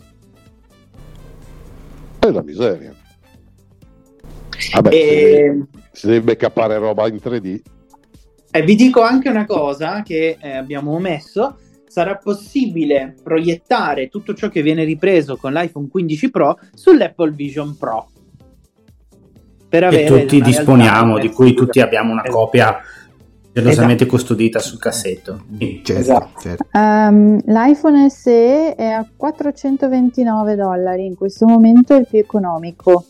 È la miseria. Vabbè, E, si deve backuppare roba in tre D. e vi dico anche una cosa che eh, abbiamo omesso: sarà possibile proiettare tutto ciò che viene ripreso con l'iPhone quindici Pro sull'Apple Vision Pro. Per E avere tutti una disponiamo, realtà di cui tutti abbiamo una Esatto. copia gelosamente Esatto. custodita sul cassetto. Sì. Certo, Esatto. certo. Ehm, L'iPhone S E è a quattrocentoventinove dollari, in questo momento è il più economico.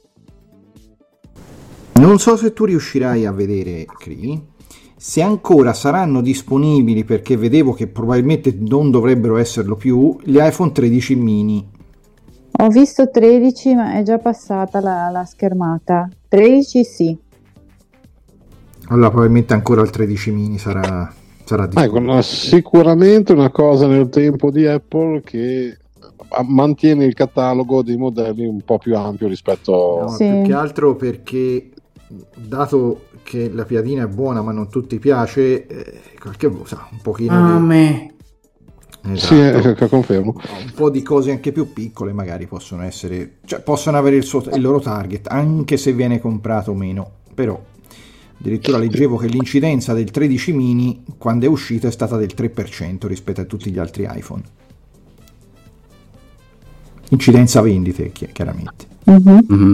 Non so se tu riuscirai a vedere, Cri, se ancora saranno disponibili, perché vedevo che probabilmente non dovrebbero esserlo più, gli iPhone tredici mini. Ho visto tredici, ma è già passata la, la schermata. tredici sì. Allora probabilmente ancora il tredici mini sarà... sarà ecco, sicuramente una cosa nel tempo di Apple che mantiene il catalogo dei modelli un po' più ampio rispetto no, Sì. più che altro perché, dato che la piadina è buona ma non tutti piace, eh, qualche cosa un pochino A di... me. sì, Esatto. eh, confermo. Un po' di cose anche più piccole magari possono essere, cioè possono avere il, suo, il loro target anche se viene comprato meno, però addirittura leggevo che l'incidenza del tredici mini quando è uscito è stata del tre per cento rispetto a tutti gli altri iPhone, incidenza vendite chi- chiaramente. Mhm. Mm-hmm.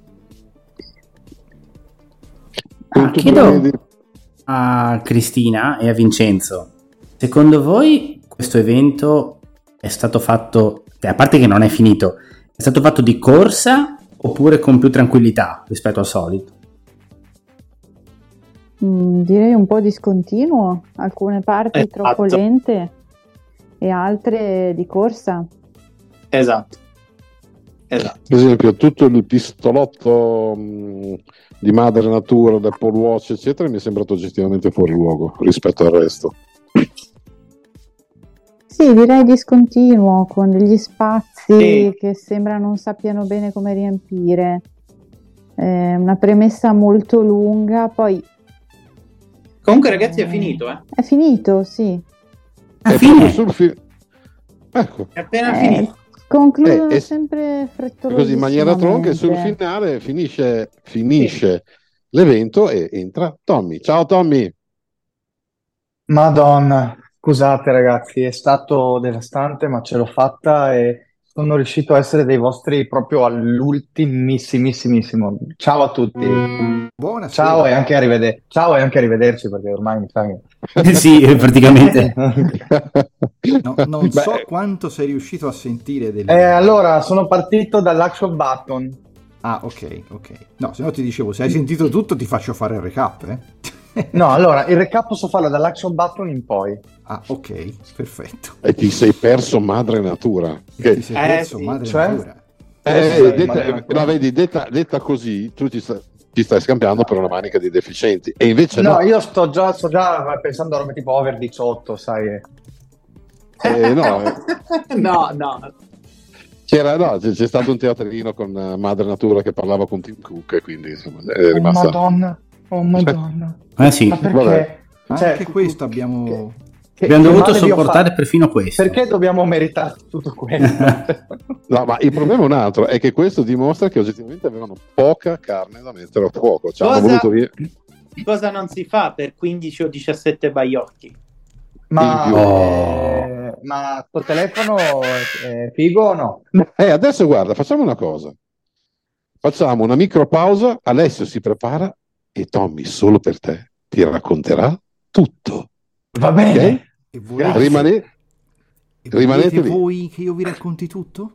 Ah, Tu chiedo prevedi- a Cristina e a Vincenzo, secondo voi questo evento è stato fatto, cioè, a parte che non è finito, è stato fatto di corsa oppure con più tranquillità rispetto al solito? Mm, direi un po' discontinuo, alcune parti Esatto. troppo lente e altre di corsa. Esatto. Esatto. Per esempio, tutto il pistolotto mh, di madre natura, l'Apple Watch, eccetera, mi è sembrato oggettivamente fuori luogo rispetto al resto. Sì, direi discontinuo, con degli spazi Sì. che sembra non sappiano bene come riempire. Eh, una premessa molto lunga, poi Comunque, ragazzi, è finito, eh. è finito, sì. Alla È fine, proprio sul fi- ecco, È appena Eh, finito. concludono Eh, eh, sempre frettolosamente. così in maniera tronca e sul finale finisce, finisce l'evento e entra Tommy. Ciao Tommy. Madonna, scusate ragazzi, è stato devastante, ma ce l'ho fatta e sono riuscito a essere dei vostri proprio all'ultimissimissimo. Ciao a tutti. Buonasera. Ciao e anche arrivederci. Ciao e anche arrivederci perché ormai mi sa che... sì, praticamente. No, non so Beh. quanto sei riuscito a sentire del... Eh, allora, sono partito dall'action button. Ah, ok, ok. No, se no ti dicevo, se hai sentito tutto ti faccio fare il recap, eh? No, allora, il recap posso farlo dall'action button in poi. Ah, ok, perfetto. E ti sei perso madre natura. Che, Ti sei Eh, perso, sì, madre cioè? natura. eh, Sì, detta, madre natura. no, vedi, detta, detta così, tu ti, sta- ti stai scambiando per una manica di deficienti. E invece no, No, io sto già, sto già pensando a robe tipo over diciotto, sai. eh, no, eh, no, no. c'era, no, c'è, c'è stato un teatrino con eh, madre natura che parlava con Tim Cook e quindi insomma è Oh rimasta... Madonna, oh Madonna. Eh sì, Ma perché? Vabbè. Cioè, Anche questo abbiamo... che- abbiamo che dovuto male vi ho sopportare fatto? perfino questo. Perché dobbiamo meritare tutto questo? No, ma il problema è un altro, è che questo dimostra che oggettivamente avevano poca carne da mettere a fuoco. Ci hanno Cosa- voluto via. Cosa non si fa per quindici o diciassette baiocchi? Ma, In più. eh, ma sto telefono è figo o no? Eh, adesso guarda, facciamo una cosa. Facciamo una micro pausa, Alessio si prepara e Tommy, solo per te, ti racconterà tutto. Va bene. Ok? E volete, Rimane... e volete rimanete lì. voi che io vi racconti tutto?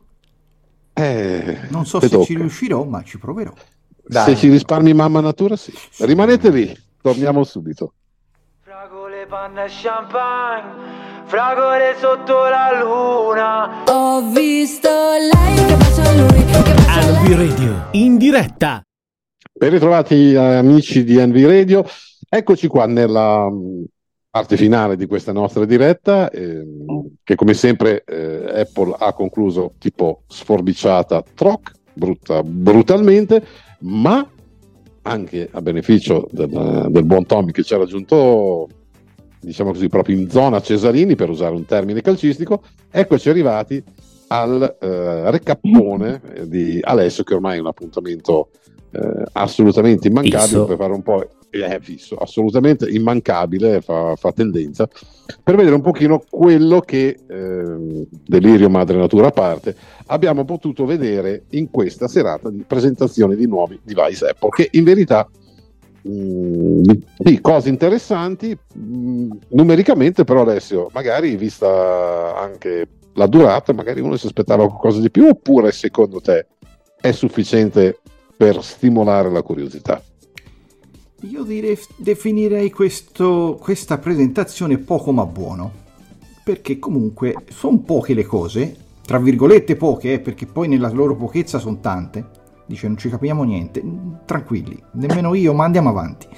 Eh, Non so te se ci tocca. riuscirò, ma ci proverò. Dai. Se ci risparmi mamma natura, sì. Rimanete lì, torniamo subito. Fragole, panna e champagne, fragole sotto la luna. Ho visto lei che bacia a lui, che bacia a Albi lei. Radio in diretta. Ben ritrovati eh, amici di Envy Radio, eccoci qua nella mh, parte finale di questa nostra diretta, ehm, che come sempre eh, Apple ha concluso tipo sforbiciata, troc, brutta, brutalmente, ma anche a beneficio del, del buon Tommy che ci ha raggiunto, diciamo così, proprio in zona Cesarini, per usare un termine calcistico, eccoci arrivati al eh, recappone di Alessio, che ormai è un appuntamento eh, assolutamente immancabile, Fisso. per fare un po' è fisso, assolutamente immancabile, fa, fa tendenza, per vedere un pochino quello che eh, delirio madre natura a parte abbiamo potuto vedere in questa serata di presentazione di nuovi device Apple, che in verità mh, di, di cose interessanti mh, numericamente, però Alessio, magari vista anche la durata, magari uno si aspettava qualcosa di più, oppure secondo te è sufficiente per stimolare la curiosità? Io direi, definirei questo, questa presentazione poco ma buono, perché comunque sono poche le cose, tra virgolette poche, eh, perché poi nella loro pochezza sono tante. Dice non ci capiamo niente, tranquilli, nemmeno io, ma andiamo avanti.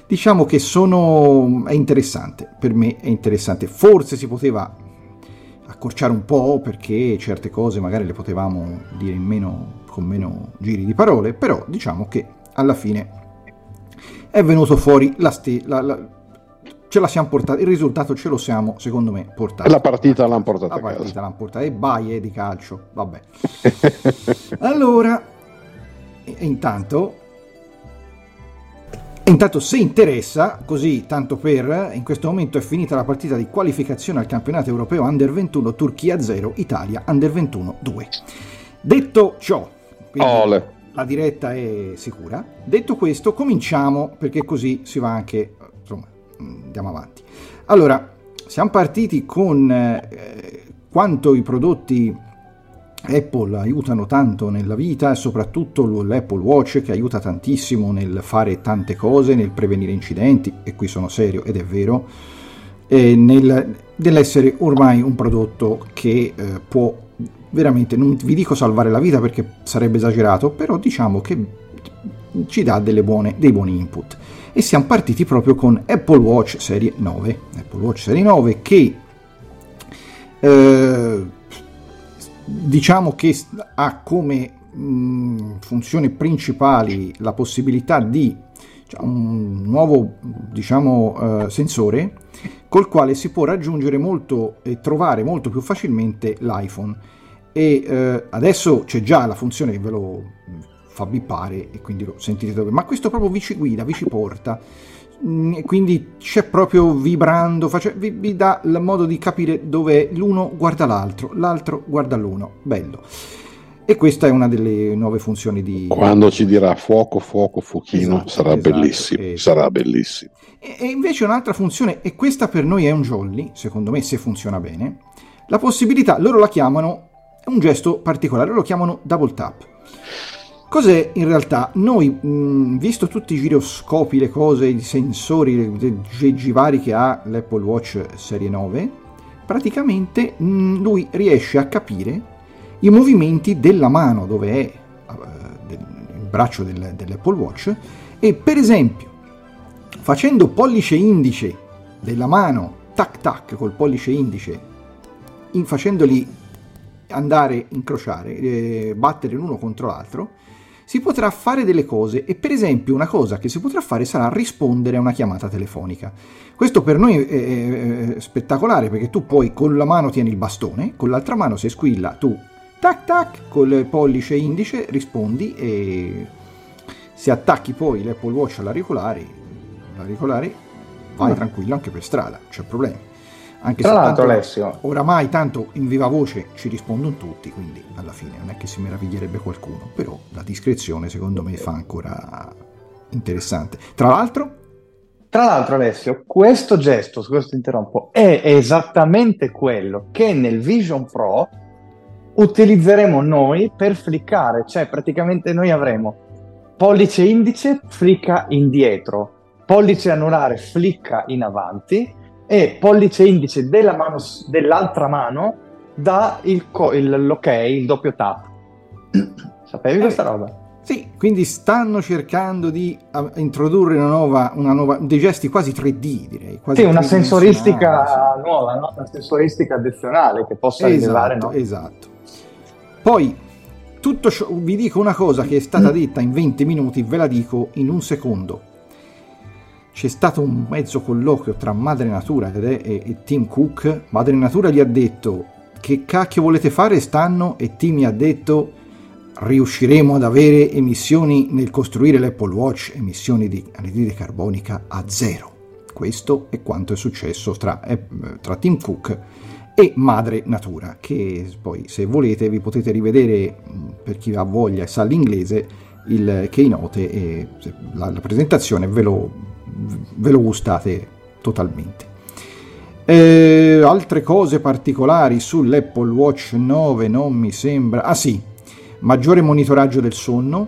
diciamo che sono è interessante, per me è interessante. Forse si poteva accorciare un po', perché certe cose magari le potevamo dire in meno, con meno giri di parole, però diciamo che alla fine è venuto fuori la, ste- la, la ce la siamo portata, il risultato ce lo siamo secondo me portato. La partita l'hanno portata la a casa. partita l'hanno portata e baie di calcio, vabbè. Allora, e intanto intanto se interessa, così tanto per, in questo momento è finita la partita di qualificazione al campionato europeo Under ventuno, Turchia zero, Italia Under ventuno due. Detto ciò, quindi Ole. la diretta è sicura. Detto questo, cominciamo, perché così si va anche, insomma, andiamo avanti. Allora, siamo partiti con eh, quanto i prodotti Apple aiutano tanto nella vita, e soprattutto l'Apple Watch che aiuta tantissimo nel fare tante cose, nel prevenire incidenti, e qui sono serio ed è vero, e nel, nell'essere ormai un prodotto che eh, può veramente, non vi dico salvare la vita perché sarebbe esagerato, però diciamo che ci dà delle buone, dei buoni input. E siamo partiti proprio con Apple Watch Serie nove, Apple Watch Serie nove che eh, diciamo che ha come mh, funzioni principali la possibilità di, cioè, un nuovo, diciamo, eh, sensore col quale si può raggiungere molto e trovare molto più facilmente l'iPhone, e eh, adesso c'è già la funzione che ve lo fa bippare e quindi lo sentite dove, ma questo proprio vi ci guida, vi ci porta, e quindi c'è proprio vibrando, face, vi, vi dà il modo di capire dove l'uno guarda l'altro, l'altro guarda l'uno, bello. E questa è una delle nuove funzioni di... Quando ci dirà fuoco, fuoco, fuochino, esatto, sarà esatto, bellissimo, esatto. sarà bellissimo. E, e invece un'altra funzione, e questa per noi è un jolly, secondo me, se funziona bene, la possibilità, loro la chiamano, è un gesto particolare, lo chiamano double tap. Cos'è in realtà? Noi, mh, visto tutti i giroscopi, le cose, i sensori, i geggi vari che ha l'Apple Watch Serie nove, praticamente mh, lui riesce a capire i movimenti della mano, dove è uh, del, il braccio del, dell'Apple Watch, e per esempio, facendo pollice indice della mano, tac tac col pollice indice, in, facendoli andare, incrociare, eh, battere l'uno contro l'altro, si potrà fare delle cose, e per esempio una cosa che si potrà fare sarà rispondere a una chiamata telefonica. Questo per noi è, è spettacolare, perché tu poi con la mano tieni il bastone, con l'altra mano se squilla tu tac tac col pollice indice rispondi, e se attacchi poi l'Apple Watch all'auricolare, l'auricolare vai mm. tranquillo anche per strada, c'è problemi. Anche Tra se l'altro, tanto, Alessio, oramai tanto in viva voce ci rispondono tutti, quindi alla fine non è che si meraviglierebbe qualcuno, però la discrezione secondo me fa ancora interessante. Tra l'altro, Tra l'altro, Alessio, questo gesto, su questo interrompo, è esattamente quello che nel Vision Pro utilizzeremo noi per fliccare, cioè praticamente noi avremo pollice indice, flicca indietro, pollice anulare, flicca in avanti, e pollice indice della mano, dell'altra mano dà il, co- il l'ok, il doppio tap. Sapevi questa eh, roba? Sì, quindi stanno cercando di uh, introdurre una nuova, una nuova, dei gesti quasi tre D, direi. Quasi Sì, una sensoristica sì. nuova, no? Una sensoristica addizionale che possa Esatto, rilevare, no? Esatto. Poi, tutto ciò, vi dico una cosa che è stata detta in venti minuti, ve la dico in un secondo. C'è stato un mezzo colloquio tra Madre Natura ed è, e, e Tim Cook. Madre Natura gli ha detto: che cacchio volete fare stanno? E Tim mi ha detto: riusciremo ad avere emissioni nel costruire l'Apple Watch, emissioni di anidride carbonica a zero. Questo è quanto è successo tra, eh, tra Tim Cook e Madre Natura, che poi se volete vi potete rivedere, per chi ha voglia e sa l'inglese, il keynote e la, la presentazione, ve lo ve lo gustate totalmente. Eh, altre cose particolari sull'Apple Watch nove non mi sembra. Ah sì, maggiore monitoraggio del sonno,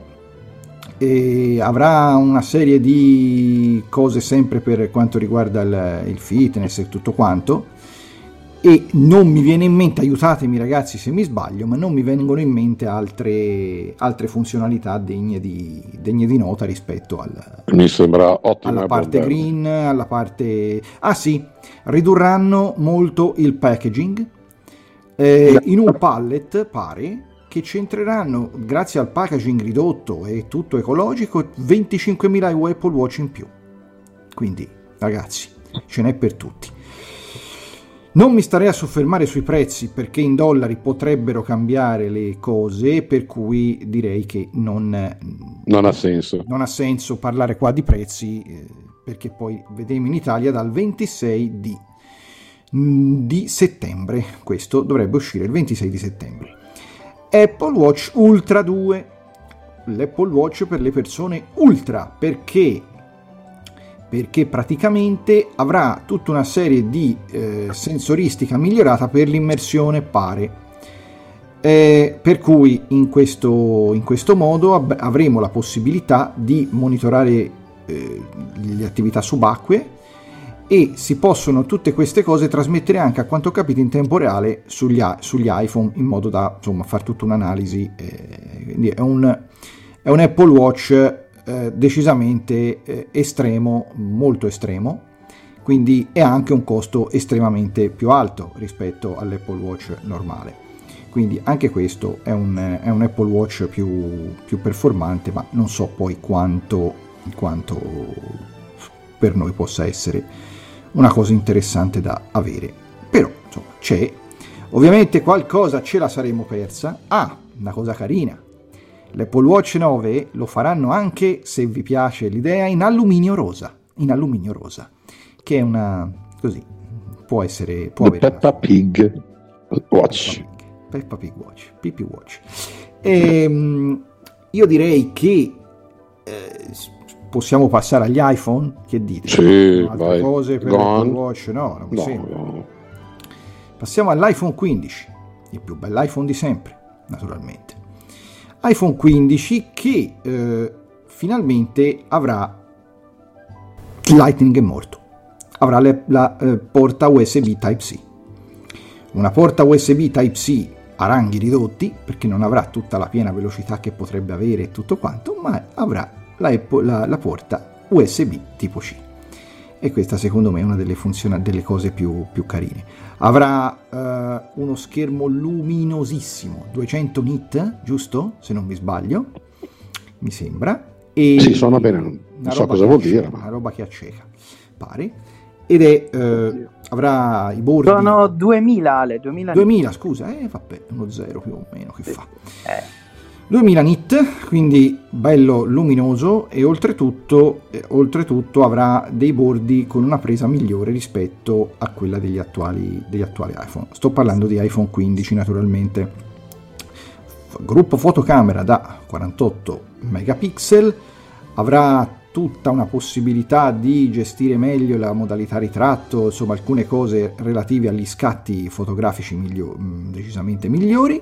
e avrà una serie di cose sempre per quanto riguarda il, il fitness e tutto quanto. e non mi viene in mente, aiutatemi ragazzi se mi sbaglio, ma non mi vengono in mente altre, altre funzionalità degne di, degne di nota rispetto al, mi sembra ottimo, alla parte green, alla parte... Ah sì, ridurranno molto il packaging, eh, in un pallet pare che c'entreranno, grazie al packaging ridotto e tutto ecologico, venticinquemila Apple Watch in più. Quindi ragazzi, ce n'è per tutti. Non mi starei a soffermare sui prezzi perché in dollari potrebbero cambiare le cose, per cui direi che non, non ha senso. Non ha senso parlare qua di prezzi, eh, perché poi vedremo in Italia dal ventisei di, di settembre. Questo dovrebbe uscire il ventisei di settembre. Apple Watch Ultra due, l'Apple Watch per le persone ultra, perché perché praticamente avrà tutta una serie di eh, sensoristica migliorata per l'immersione, pare, eh, per cui in questo, in questo modo ab- avremo la possibilità di monitorare eh, le attività subacquee e si possono tutte queste cose trasmettere anche, a quanto ho capito, in tempo reale sugli, sugli iPhone, in modo da insomma fare tutta un'analisi. Eh, quindi è un, è un Apple Watch Eh, decisamente eh, estremo, molto estremo, quindi è anche un costo estremamente più alto rispetto all'Apple Watch normale, quindi anche questo è un, è un Apple Watch più, più performante, ma non so poi quanto, quanto per noi possa essere una cosa interessante da avere, però insomma c'è. Ovviamente qualcosa ce la saremo persa. Ah, una cosa carina, l'Apple Watch nove lo faranno anche, se vi piace l'idea, in alluminio rosa, in alluminio rosa, che è una, così, può essere... Può avere Peppa una... Pig Watch. Peppa Pig Watch, P P Watch. E, io direi che eh, possiamo passare agli iPhone, che dite? Sì, altre vai. cose per Gone. l'Apple Watch? No, non mi no, sembra. No. Passiamo all'iPhone quindici, il più bell'iPhone di sempre, naturalmente. iPhone quindici che eh, finalmente avrà Lightning è morto, avrà le, la eh, porta U S B Type-C, una porta U S B Type-C a ranghi ridotti, perché non avrà tutta la piena velocità che potrebbe avere e tutto quanto, ma avrà la, la, la porta U S B tipo C, e questa secondo me è una delle funzioni, delle cose più, più carine. Avrà uh, uno schermo luminosissimo, duecento nit, giusto? Se non mi sbaglio, mi sembra. E sì, suona bene, non so cosa vuol dire. Ma... Una roba che acceca, pare. Ed è, uh, avrà i bordi... Sono duemila, Ale, duemila. duemila, scusa, eh, vabbè, uno zero più o meno, che sì. fa? Eh. duemila nit, quindi bello luminoso, e oltretutto, eh, oltretutto avrà dei bordi con una presa migliore rispetto a quella degli attuali, degli attuali iPhone. Sto parlando di iPhone quindici, naturalmente. Gruppo fotocamera da quarantotto megapixel, avrà tutta una possibilità di gestire meglio la modalità ritratto, insomma alcune cose relative agli scatti fotografici miglio- decisamente migliori.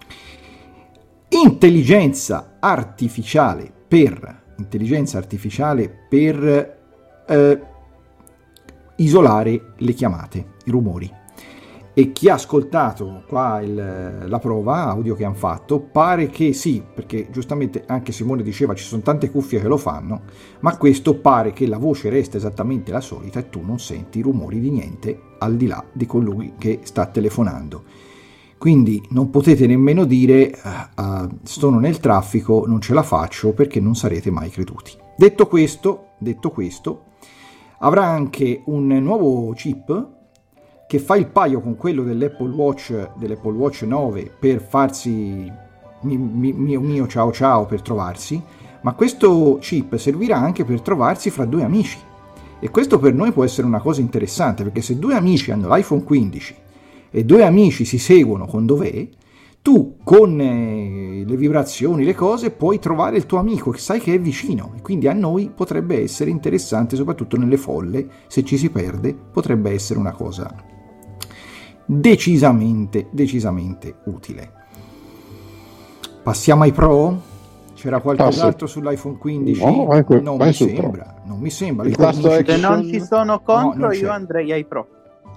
Intelligenza artificiale per intelligenza artificiale per eh, isolare le chiamate, i rumori. E chi ha ascoltato qua il, la prova audio che hanno fatto, pare che sì, perché giustamente anche Simone diceva ci sono tante cuffie che lo fanno, ma questo pare che la voce resta esattamente la solita e tu non senti i rumori di niente al di là di colui che sta telefonando. Quindi non potete nemmeno dire uh, uh, sono nel traffico, non ce la faccio, perché non sarete mai creduti. Detto questo, detto questo, avrà anche un nuovo chip che fa il paio con quello dell'Apple Watch, dell'Apple Watch nove, per farsi mi, mi, mio mio ciao ciao, per trovarsi, ma questo chip servirà anche per trovarsi fra due amici. E questo per noi può essere una cosa interessante, perché se due amici hanno l'iPhone quindici e due amici si seguono con dov'è, tu con eh, le vibrazioni, le cose, puoi trovare il tuo amico che sai che è vicino, e quindi a noi potrebbe essere interessante, soprattutto nelle folle, se ci si perde, potrebbe essere una cosa decisamente, decisamente utile. Passiamo ai Pro? C'era qualcos'altro ah, sì. sull'iPhone quindici? No, vai, vai, non, vai mi sul sembra, non mi sembra. Se non ci sono contro, no, io andrei ai Pro.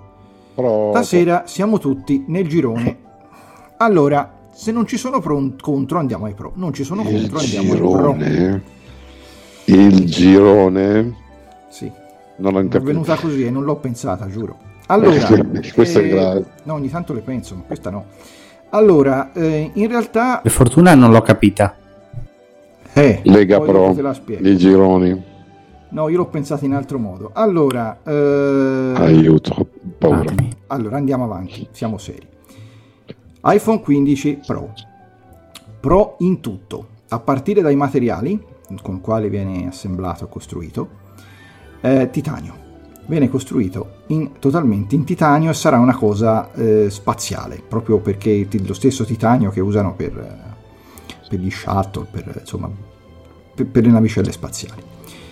Pro- Stasera siamo tutti nel girone. Allora, se non ci sono pro- contro andiamo ai pro, non ci sono il contro andiamo ai pro. girone, il girone, Sì, non ho è capito. venuta così e non l'ho pensata, giuro. Allora, Questo è eh, grave. no, ogni tanto le penso, ma questa no. Allora, eh, in realtà Per fortuna non l'ho capita. eh, Lega poi dopo Pro, te la spiego. i gironi, No, io l'ho pensata in altro modo. Allora, eh, aiuto, paura. Fatemi. allora andiamo avanti, siamo seri. iPhone quindici Pro. Pro in tutto, a partire dai materiali con quali viene assemblato e costruito. eh, titanio. Viene costruito in, totalmente in titanio e sarà una cosa eh, spaziale, proprio perché ti- lo stesso titanio che usano per, eh, per gli shuttle, per, insomma, per, per le navicelle spaziali.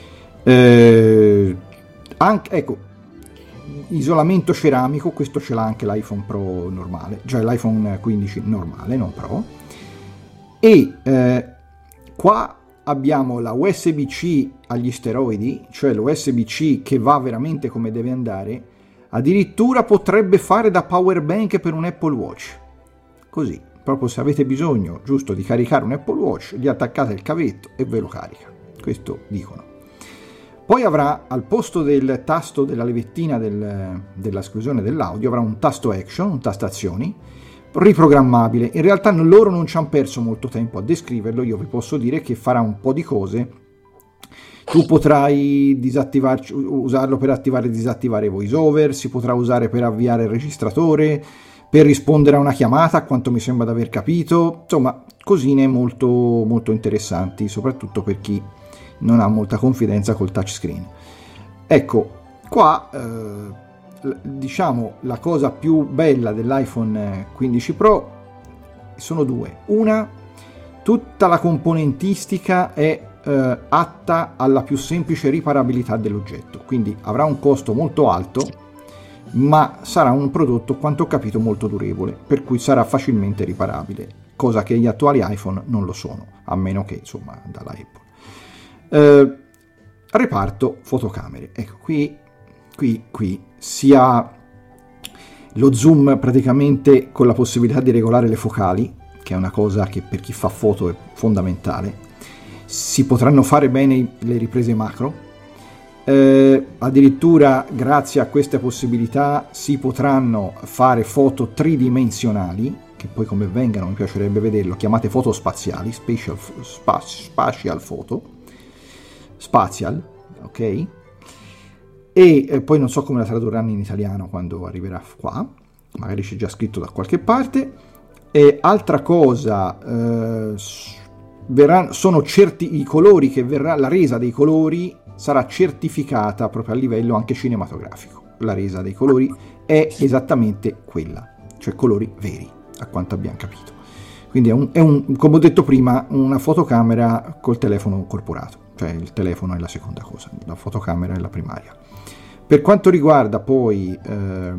Eh, anche, ecco, isolamento ceramico, questo ce l'ha anche l'iPhone Pro normale, cioè l'iPhone quindici normale, non Pro. E eh, qua abbiamo la U S B C agli steroidi, cioè l'U S B C che va veramente come deve andare, addirittura potrebbe fare da power bank per un Apple Watch. Così, proprio se avete bisogno giusto di caricare un Apple Watch, gli attaccate il cavetto e ve lo carica. Questo dicono. Poi avrà, al posto del tasto della levettina del, della esclusione dell'audio, avrà un tasto action, un tasto azioni, riprogrammabile. In realtà loro non ci hanno perso molto tempo a descriverlo, io vi posso dire che farà un po' di cose. Tu potrai disattivarci, usarlo per attivare e disattivare VoiceOver, si potrà usare per avviare il registratore, per rispondere a una chiamata, a quanto mi sembra di aver capito. Insomma, cosine molto, molto interessanti, soprattutto per chi non ha molta confidenza col touchscreen. Ecco, qua eh, diciamo la cosa più bella dell'iPhone quindici Pro sono due. Una, tutta la componentistica è eh, atta alla più semplice riparabilità dell'oggetto, quindi avrà un costo molto alto, ma sarà un prodotto, quanto ho capito, molto durevole, per cui sarà facilmente riparabile, cosa che gli attuali iPhone non lo sono, a meno che, insomma, dalla Apple. Eh, reparto fotocamere. Ecco, qui, qui, qui si ha lo zoom praticamente con la possibilità di regolare le focali, che è una cosa che per chi fa foto è fondamentale. Si potranno fare bene le riprese macro. Eh, addirittura grazie a queste possibilità si potranno fare foto tridimensionali, che poi come vengano mi piacerebbe vederlo, chiamate foto spaziali, spatial, spa, spatial photo, spatial, ok? E eh, poi non so come la tradurranno in italiano quando arriverà qua, magari c'è già scritto da qualche parte. E altra cosa, eh, verranno, sono certi i colori che verrà, la resa dei colori sarà certificata proprio a livello anche cinematografico. La resa dei colori è esattamente quella, cioè colori veri, a quanto abbiamo capito. Quindi è, un, è un, come ho detto prima, una fotocamera col telefono incorporato, cioè il telefono è la seconda cosa, la fotocamera è la primaria. Per quanto riguarda poi eh,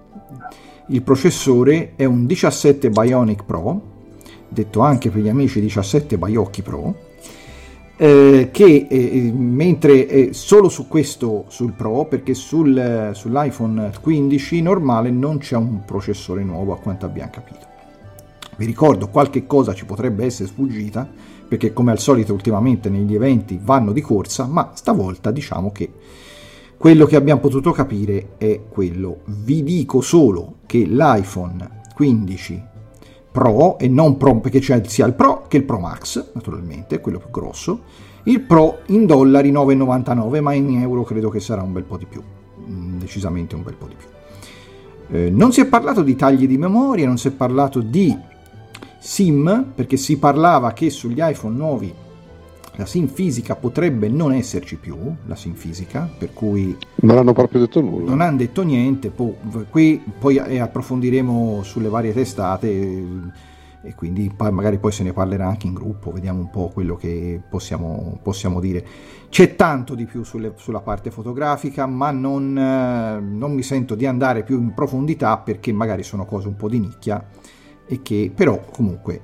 il processore, è un diciassette Bionic Pro, detto anche per gli amici diciassette Baiocchi Pro, eh, che eh, mentre eh, solo su questo, sul Pro, perché sul, sull'iPhone quindici normale non c'è un processore nuovo, a quanto abbiamo capito. Vi ricordo, qualche cosa ci potrebbe essere sfuggita, perché come al solito ultimamente negli eventi vanno di corsa, ma stavolta diciamo che quello che abbiamo potuto capire è quello. Vi dico solo che l'iPhone quindici Pro, e non Pro perché c'è sia il Pro che il Pro Max, naturalmente, quello più grosso, il Pro in dollari nove virgola novantanove, ma in euro credo che sarà un bel po' di più, decisamente un bel po' di più. Eh, non si è parlato di tagli di memoria, non si è parlato di SIM, perché si parlava che sugli iPhone nuovi la SIM fisica potrebbe non esserci più, la SIM fisica, per cui non hanno proprio detto nulla. Non hanno detto niente, po- qui poi eh, approfondiremo sulle varie testate e, e quindi poi magari poi se ne parlerà anche in gruppo, vediamo un po' quello che possiamo, possiamo dire. C'è tanto di più sulle, sulla parte fotografica, ma non, eh, non mi sento di andare più in profondità perché magari sono cose un po' di nicchia, e che però comunque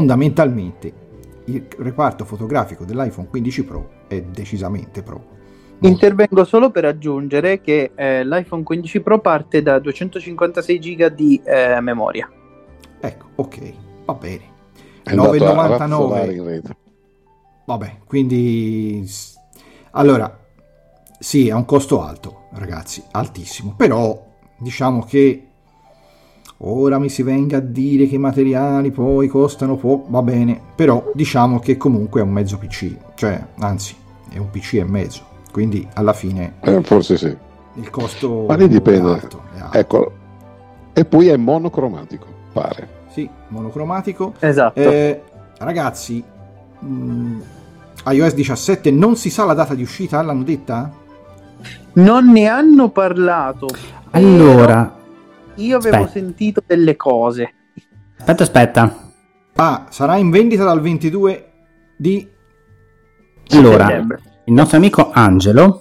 fondamentalmente il reparto fotografico dell'iPhone quindici Pro è decisamente pro, Intervengo solo per aggiungere che eh, l'iPhone quindici Pro parte da duecentocinquantasei giga di eh, memoria. Ecco, ok, va bene. È nove andato a virgola razzolare novantanove. in rete. Vabbè, quindi s- allora sì, è un costo alto, ragazzi, altissimo, però diciamo che ora mi si venga a dire che i materiali poi costano poco, va bene, però diciamo che comunque è un mezzo P C, cioè anzi è un P C e mezzo, quindi alla fine Eh, forse sì. il costo Ma lì è dipende. alto, è alto. Ecco. E poi è monocromatico, pare. Sì, monocromatico. Esatto. Eh, ragazzi, mh, iOS diciassette non si sa la data di uscita, l'hanno detta? Non ne hanno parlato. Allora, però io avevo aspetta. sentito delle cose. aspetta, aspetta. Ah, sarà in vendita dal ventidue di... Allora, settembre. il nostro amico Angelo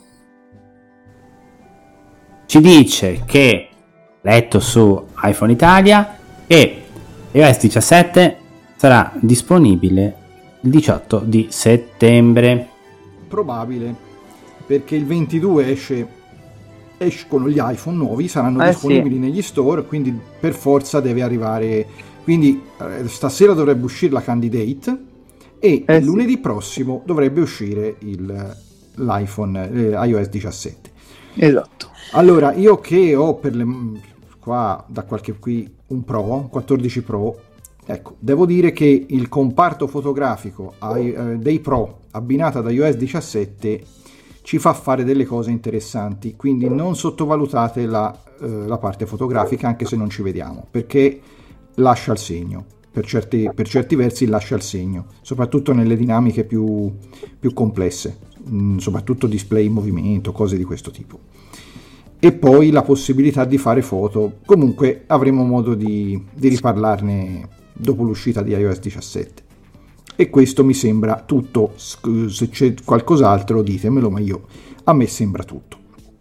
ci dice che, letto su iPhone Italia, che iOS diciassette sarà disponibile il diciotto di settembre. Probabile, perché il ventidue esce, escono gli iPhone nuovi, saranno Eh, disponibili negli store, quindi per forza deve arrivare. Quindi eh, stasera dovrebbe uscire la candidate e Eh, il sì. lunedì prossimo dovrebbe uscire il, l'iPhone eh, iOS diciassette. Esatto. Allora, io che ho per le qua da qualche qui un Pro, un quattordici Pro, ecco, devo dire che il comparto fotografico ai- eh, dei Pro abbinata ad iOS diciassette ci fa fare delle cose interessanti, quindi non sottovalutate la, eh, la parte fotografica, anche se non ci vediamo, perché lascia il segno, per certi, per certi versi lascia il segno, soprattutto nelle dinamiche più, più complesse, mh, soprattutto display in movimento, cose di questo tipo. E poi la possibilità di fare foto. Comunque avremo modo di, di riparlarne dopo l'uscita di iOS diciassette. E questo mi sembra tutto. Sc- se c'è qualcos'altro ditemelo, ma io a me sembra tutto.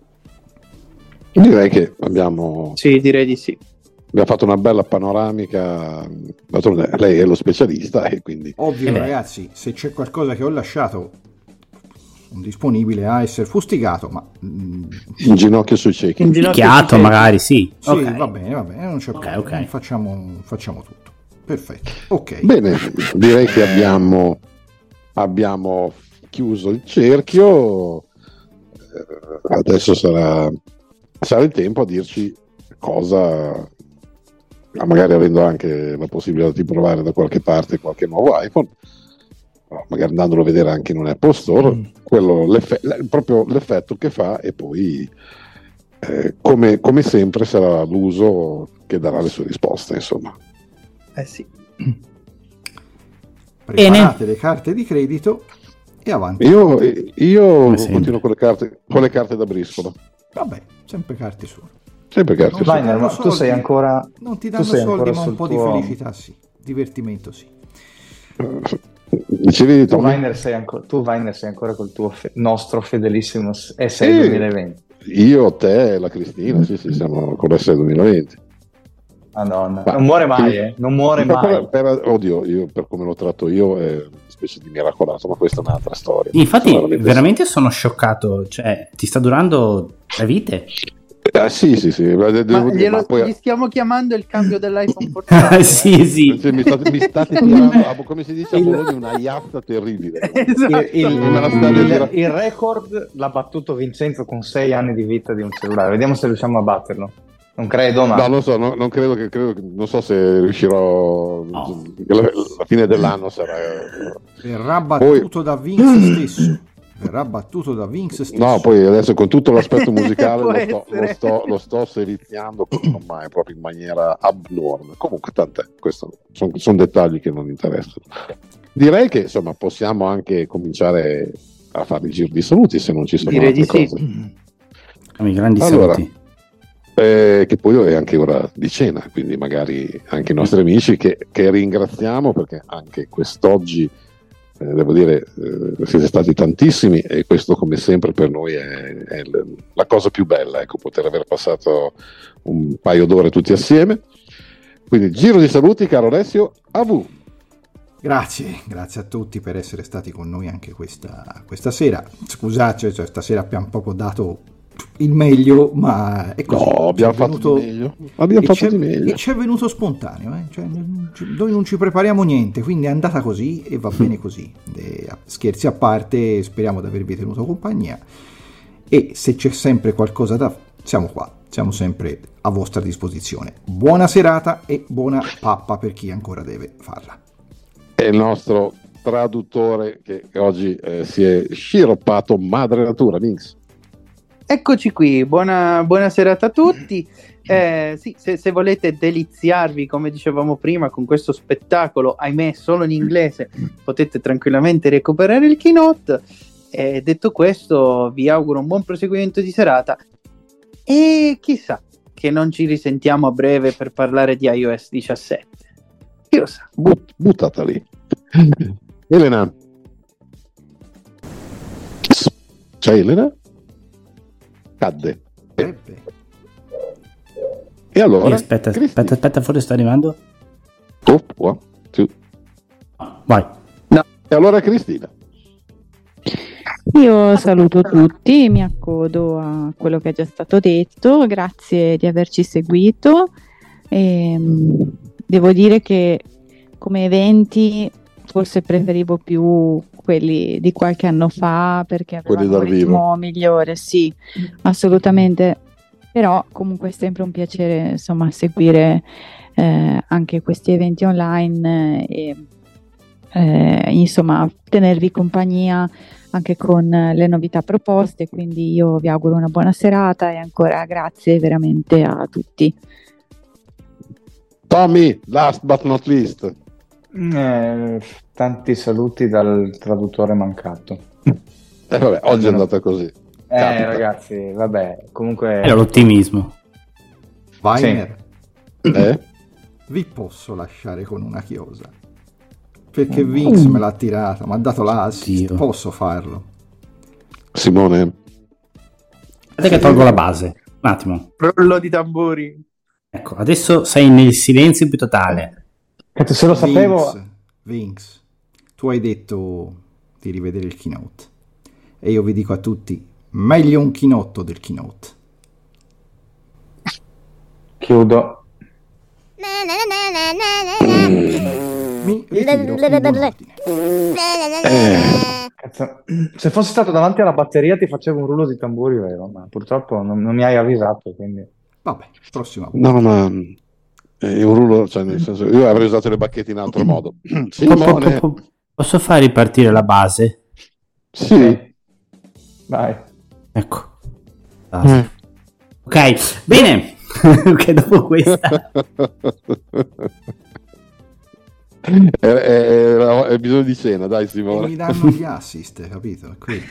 Direi che abbiamo, Sì, direi di sì. abbiamo fatto una bella panoramica. D'altronde lei è lo specialista e quindi Ovvio, Eh beh. ragazzi, se c'è qualcosa che ho lasciato sono disponibile a essere fustigato, ma mm, in ginocchio sui ciechi. In ginocchio Picchiato si sente. magari, sì. sì, Ok. va bene, va bene, non c'è problema. ok. Facciamo, facciamo tutto. Perfetto. Ok. Bene, direi che abbiamo, abbiamo chiuso il cerchio. Eh, Adesso sarà, sarà il tempo a dirci cosa, magari avendo anche la possibilità di provare da qualche parte qualche nuovo iPhone, magari andandolo a vedere anche in un Apple Store, Mm. quello, l'effe- proprio l'effetto che fa, e poi eh, come, come sempre sarà l'uso che darà le sue risposte, insomma. Eh sì. Preparate le carte di credito e avanti. Io, io Come sempre. continuo con le carte, con le carte da briscola, Vabbè, sempre carte sue. sempre carte. Non su. ti Weiner, danno ma tu sei soldi, ancora non ti tu danno sei soldi, ancora ma un sul po' tuo- di felicità sì, divertimento sì. Dicevi tu Tommy? Weiner sei, anco- tu Weiner sei ancora col tuo fe- nostro fedelissimo E sei Sì. duemilaventi. Io, te e la Cristina, sì, sì, siamo con l'S duemilaventi. Madonna, Ma- non muore mai, eh? Non muore Ma mai. per- per- oddio, io per come lo tratto io è una specie di miracolato, ma questa è un'altra storia. Infatti, Sono veramente sono scioccato. Cioè, ti sta durando tre vite? Eh, sì, sì, sì. Ma devo Ma, dire, glielo- ma poi- gli stiamo chiamando il cambio dell'iPhone quattordici. sì, sì. Cioè, mi state, mi state tirando, a- come si dice a Il- Bologna, una iazza terribile. Esatto. Il, il- Me la state il- tirando. il record l'ha battuto Vincenzo con sei anni di vita di un cellulare. Vediamo se riusciamo a batterlo. Non credo, ma No, non so, no- non credo che, credo che- non so se riuscirò. No. La, la fine dell'anno sarà. Verrà battuto da Vince stesso. Verrà battuto da Vince stesso. No, poi adesso con tutto l'aspetto musicale Può lo sto, lo, essere. sto, lo sto seriziando ormai proprio in maniera abnorme. Comunque, tant'è, questi sono dettagli che non interessano. Direi che insomma possiamo anche cominciare a fare il giro di saluti, se non ci sono Direi altre di sì. cose. I grandi Allora, saluti. Eh, che poi è anche ora di cena, quindi magari anche i nostri amici che, che ringraziamo, perché anche quest'oggi eh, devo dire eh, siete stati tantissimi, e questo come sempre per noi è, è l- la cosa più bella, ecco, poter aver passato un paio d'ore tutti assieme. Quindi giro di saluti, caro Alessio, a V. Grazie, grazie a tutti per essere stati con noi anche questa, questa sera. Scusate, cioè, stasera abbiamo proprio dato il meglio, ma è così. No, abbiamo Ci è fatto venuto- di meglio. Abbiamo e fatto c'è, di meglio. e ci è venuto spontaneo, eh? Cioè, non ci- noi non ci prepariamo niente, quindi è andata così e va bene così. E, scherzi a parte, speriamo di avervi tenuto compagnia, e se c'è sempre qualcosa da... siamo qua, siamo sempre a vostra disposizione. Buona serata e buona pappa per chi ancora deve farla. È il nostro traduttore che oggi eh, si è sciroppato madre natura, Minx. Eccoci qui, buona, buona serata a tutti. Eh, sì, se, se volete deliziarvi, come dicevamo prima, con questo spettacolo, ahimè solo in inglese, potete tranquillamente recuperare il keynote. E detto questo, vi auguro un buon proseguimento di serata e chissà che non ci risentiamo a breve per parlare di iOS diciassette. Chi lo sa? But- buttata lì. Elena. C'è Elena? Cadde. Eh, beh. E allora? Sì, aspetta, Cristi. aspetta, aspetta, forse sta arrivando. Oh, one, two. Vai. E allora Cristina. Io saluto tutti, mi accodo a quello che è già stato detto, grazie di averci seguito. Ehm, devo dire che come eventi forse preferivo più quelli di qualche anno fa perché Quelli avevano un dal vivo. ritmo migliore, sì, assolutamente. Però comunque è sempre un piacere, insomma, seguire eh, anche questi eventi online eh, e eh, insomma tenervi compagnia anche con le novità proposte, quindi io vi auguro una buona serata e ancora grazie veramente a tutti. Tommy, last but not least. Eh, tanti saluti dal traduttore mancato. Eh, vabbè, oggi è andata così. Eh, Capita. ragazzi, vabbè, comunque... Era l'ottimismo. Weiner, Eh? vi posso lasciare con una chiosa? Perché Vince me l'ha tirata, mi ha dato l'assist, Dio. posso farlo. Simone. Aspetta che tolgo la base. Un attimo. Rollo di tamburi. Ecco, adesso sei nel silenzio più totale. Cazzo, se lo sapevo... Vince, Vince, tu hai detto di rivedere il keynote. E io vi dico a tutti, meglio un keynote del keynote. Chiudo. Mi ritiro in buon ordine. Eh, Cazzo, se fossi stato davanti alla batteria ti facevo un rullo di tamburi, vero? Ma purtroppo non, non mi hai avvisato, quindi... Vabbè, prossima volta. no, ma è un rullo, cioè nel senso, io avrei usato le bacchette in altro modo. Po- po- Simone. po- Posso far ripartire la base? Sì. Vai. Ecco. Base. Ok, bene. Ok, dopo questa. è, è- è- è bisogno di cena, dai E Simone. mi danno gli assist, capito? È quello.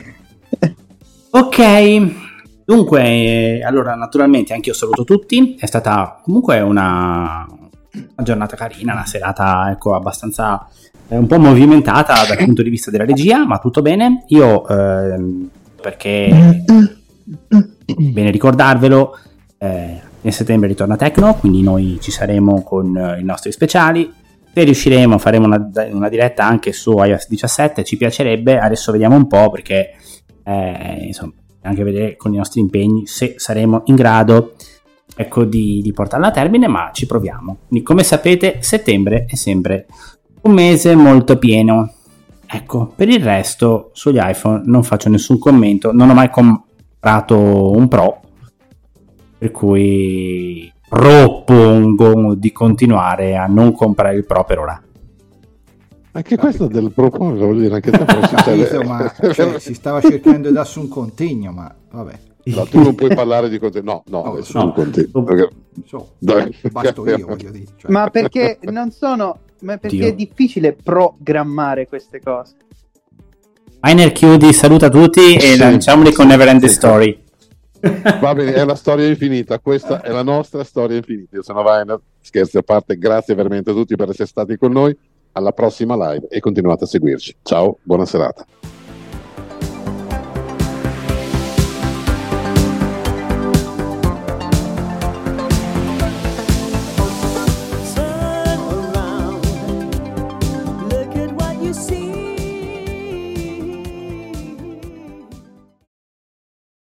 Ok, dunque, eh, allora naturalmente anche io saluto tutti, è stata comunque una, una giornata carina, una serata ecco abbastanza eh, un po' movimentata dal punto di vista della regia, ma tutto bene. Io ehm, perché bene ricordarvelo, eh, nel settembre ritorna Tecno, quindi noi ci saremo con eh, i nostri speciali. Se riusciremo faremo una, una diretta anche su iOS diciassette, ci piacerebbe, adesso vediamo un po' perché eh, insomma anche vedere con i nostri impegni se saremo in grado ecco di, di portarla a termine, ma ci proviamo. Quindi come sapete settembre è sempre un mese molto pieno. Ecco, per il resto sugli iPhone non faccio nessun commento, non ho mai comprato un Pro, per cui propongo di continuare a non comprare il Pro per ora. Anche questo del proposito, voglio dire, anche te però si Capito, ma cioè, si stava cercando di darsi un contegno, ma vabbè. No, tu non puoi parlare di contenuti. No, no, No, adesso no. non conti. Perché... So, Dai. basto io, voglio dire. Cioè, Ma perché non sono... Ma perché Dio. è difficile programmare queste cose. Miner chiudi, saluta tutti e Sì. lanciamoli con Neverending Sì. Story. Va bene, è una storia infinita. Questa è la nostra storia infinita. Io sono Weiner, scherzi a parte, grazie veramente a tutti per essere stati con noi. Alla prossima live e continuate a seguirci. Ciao, buona serata.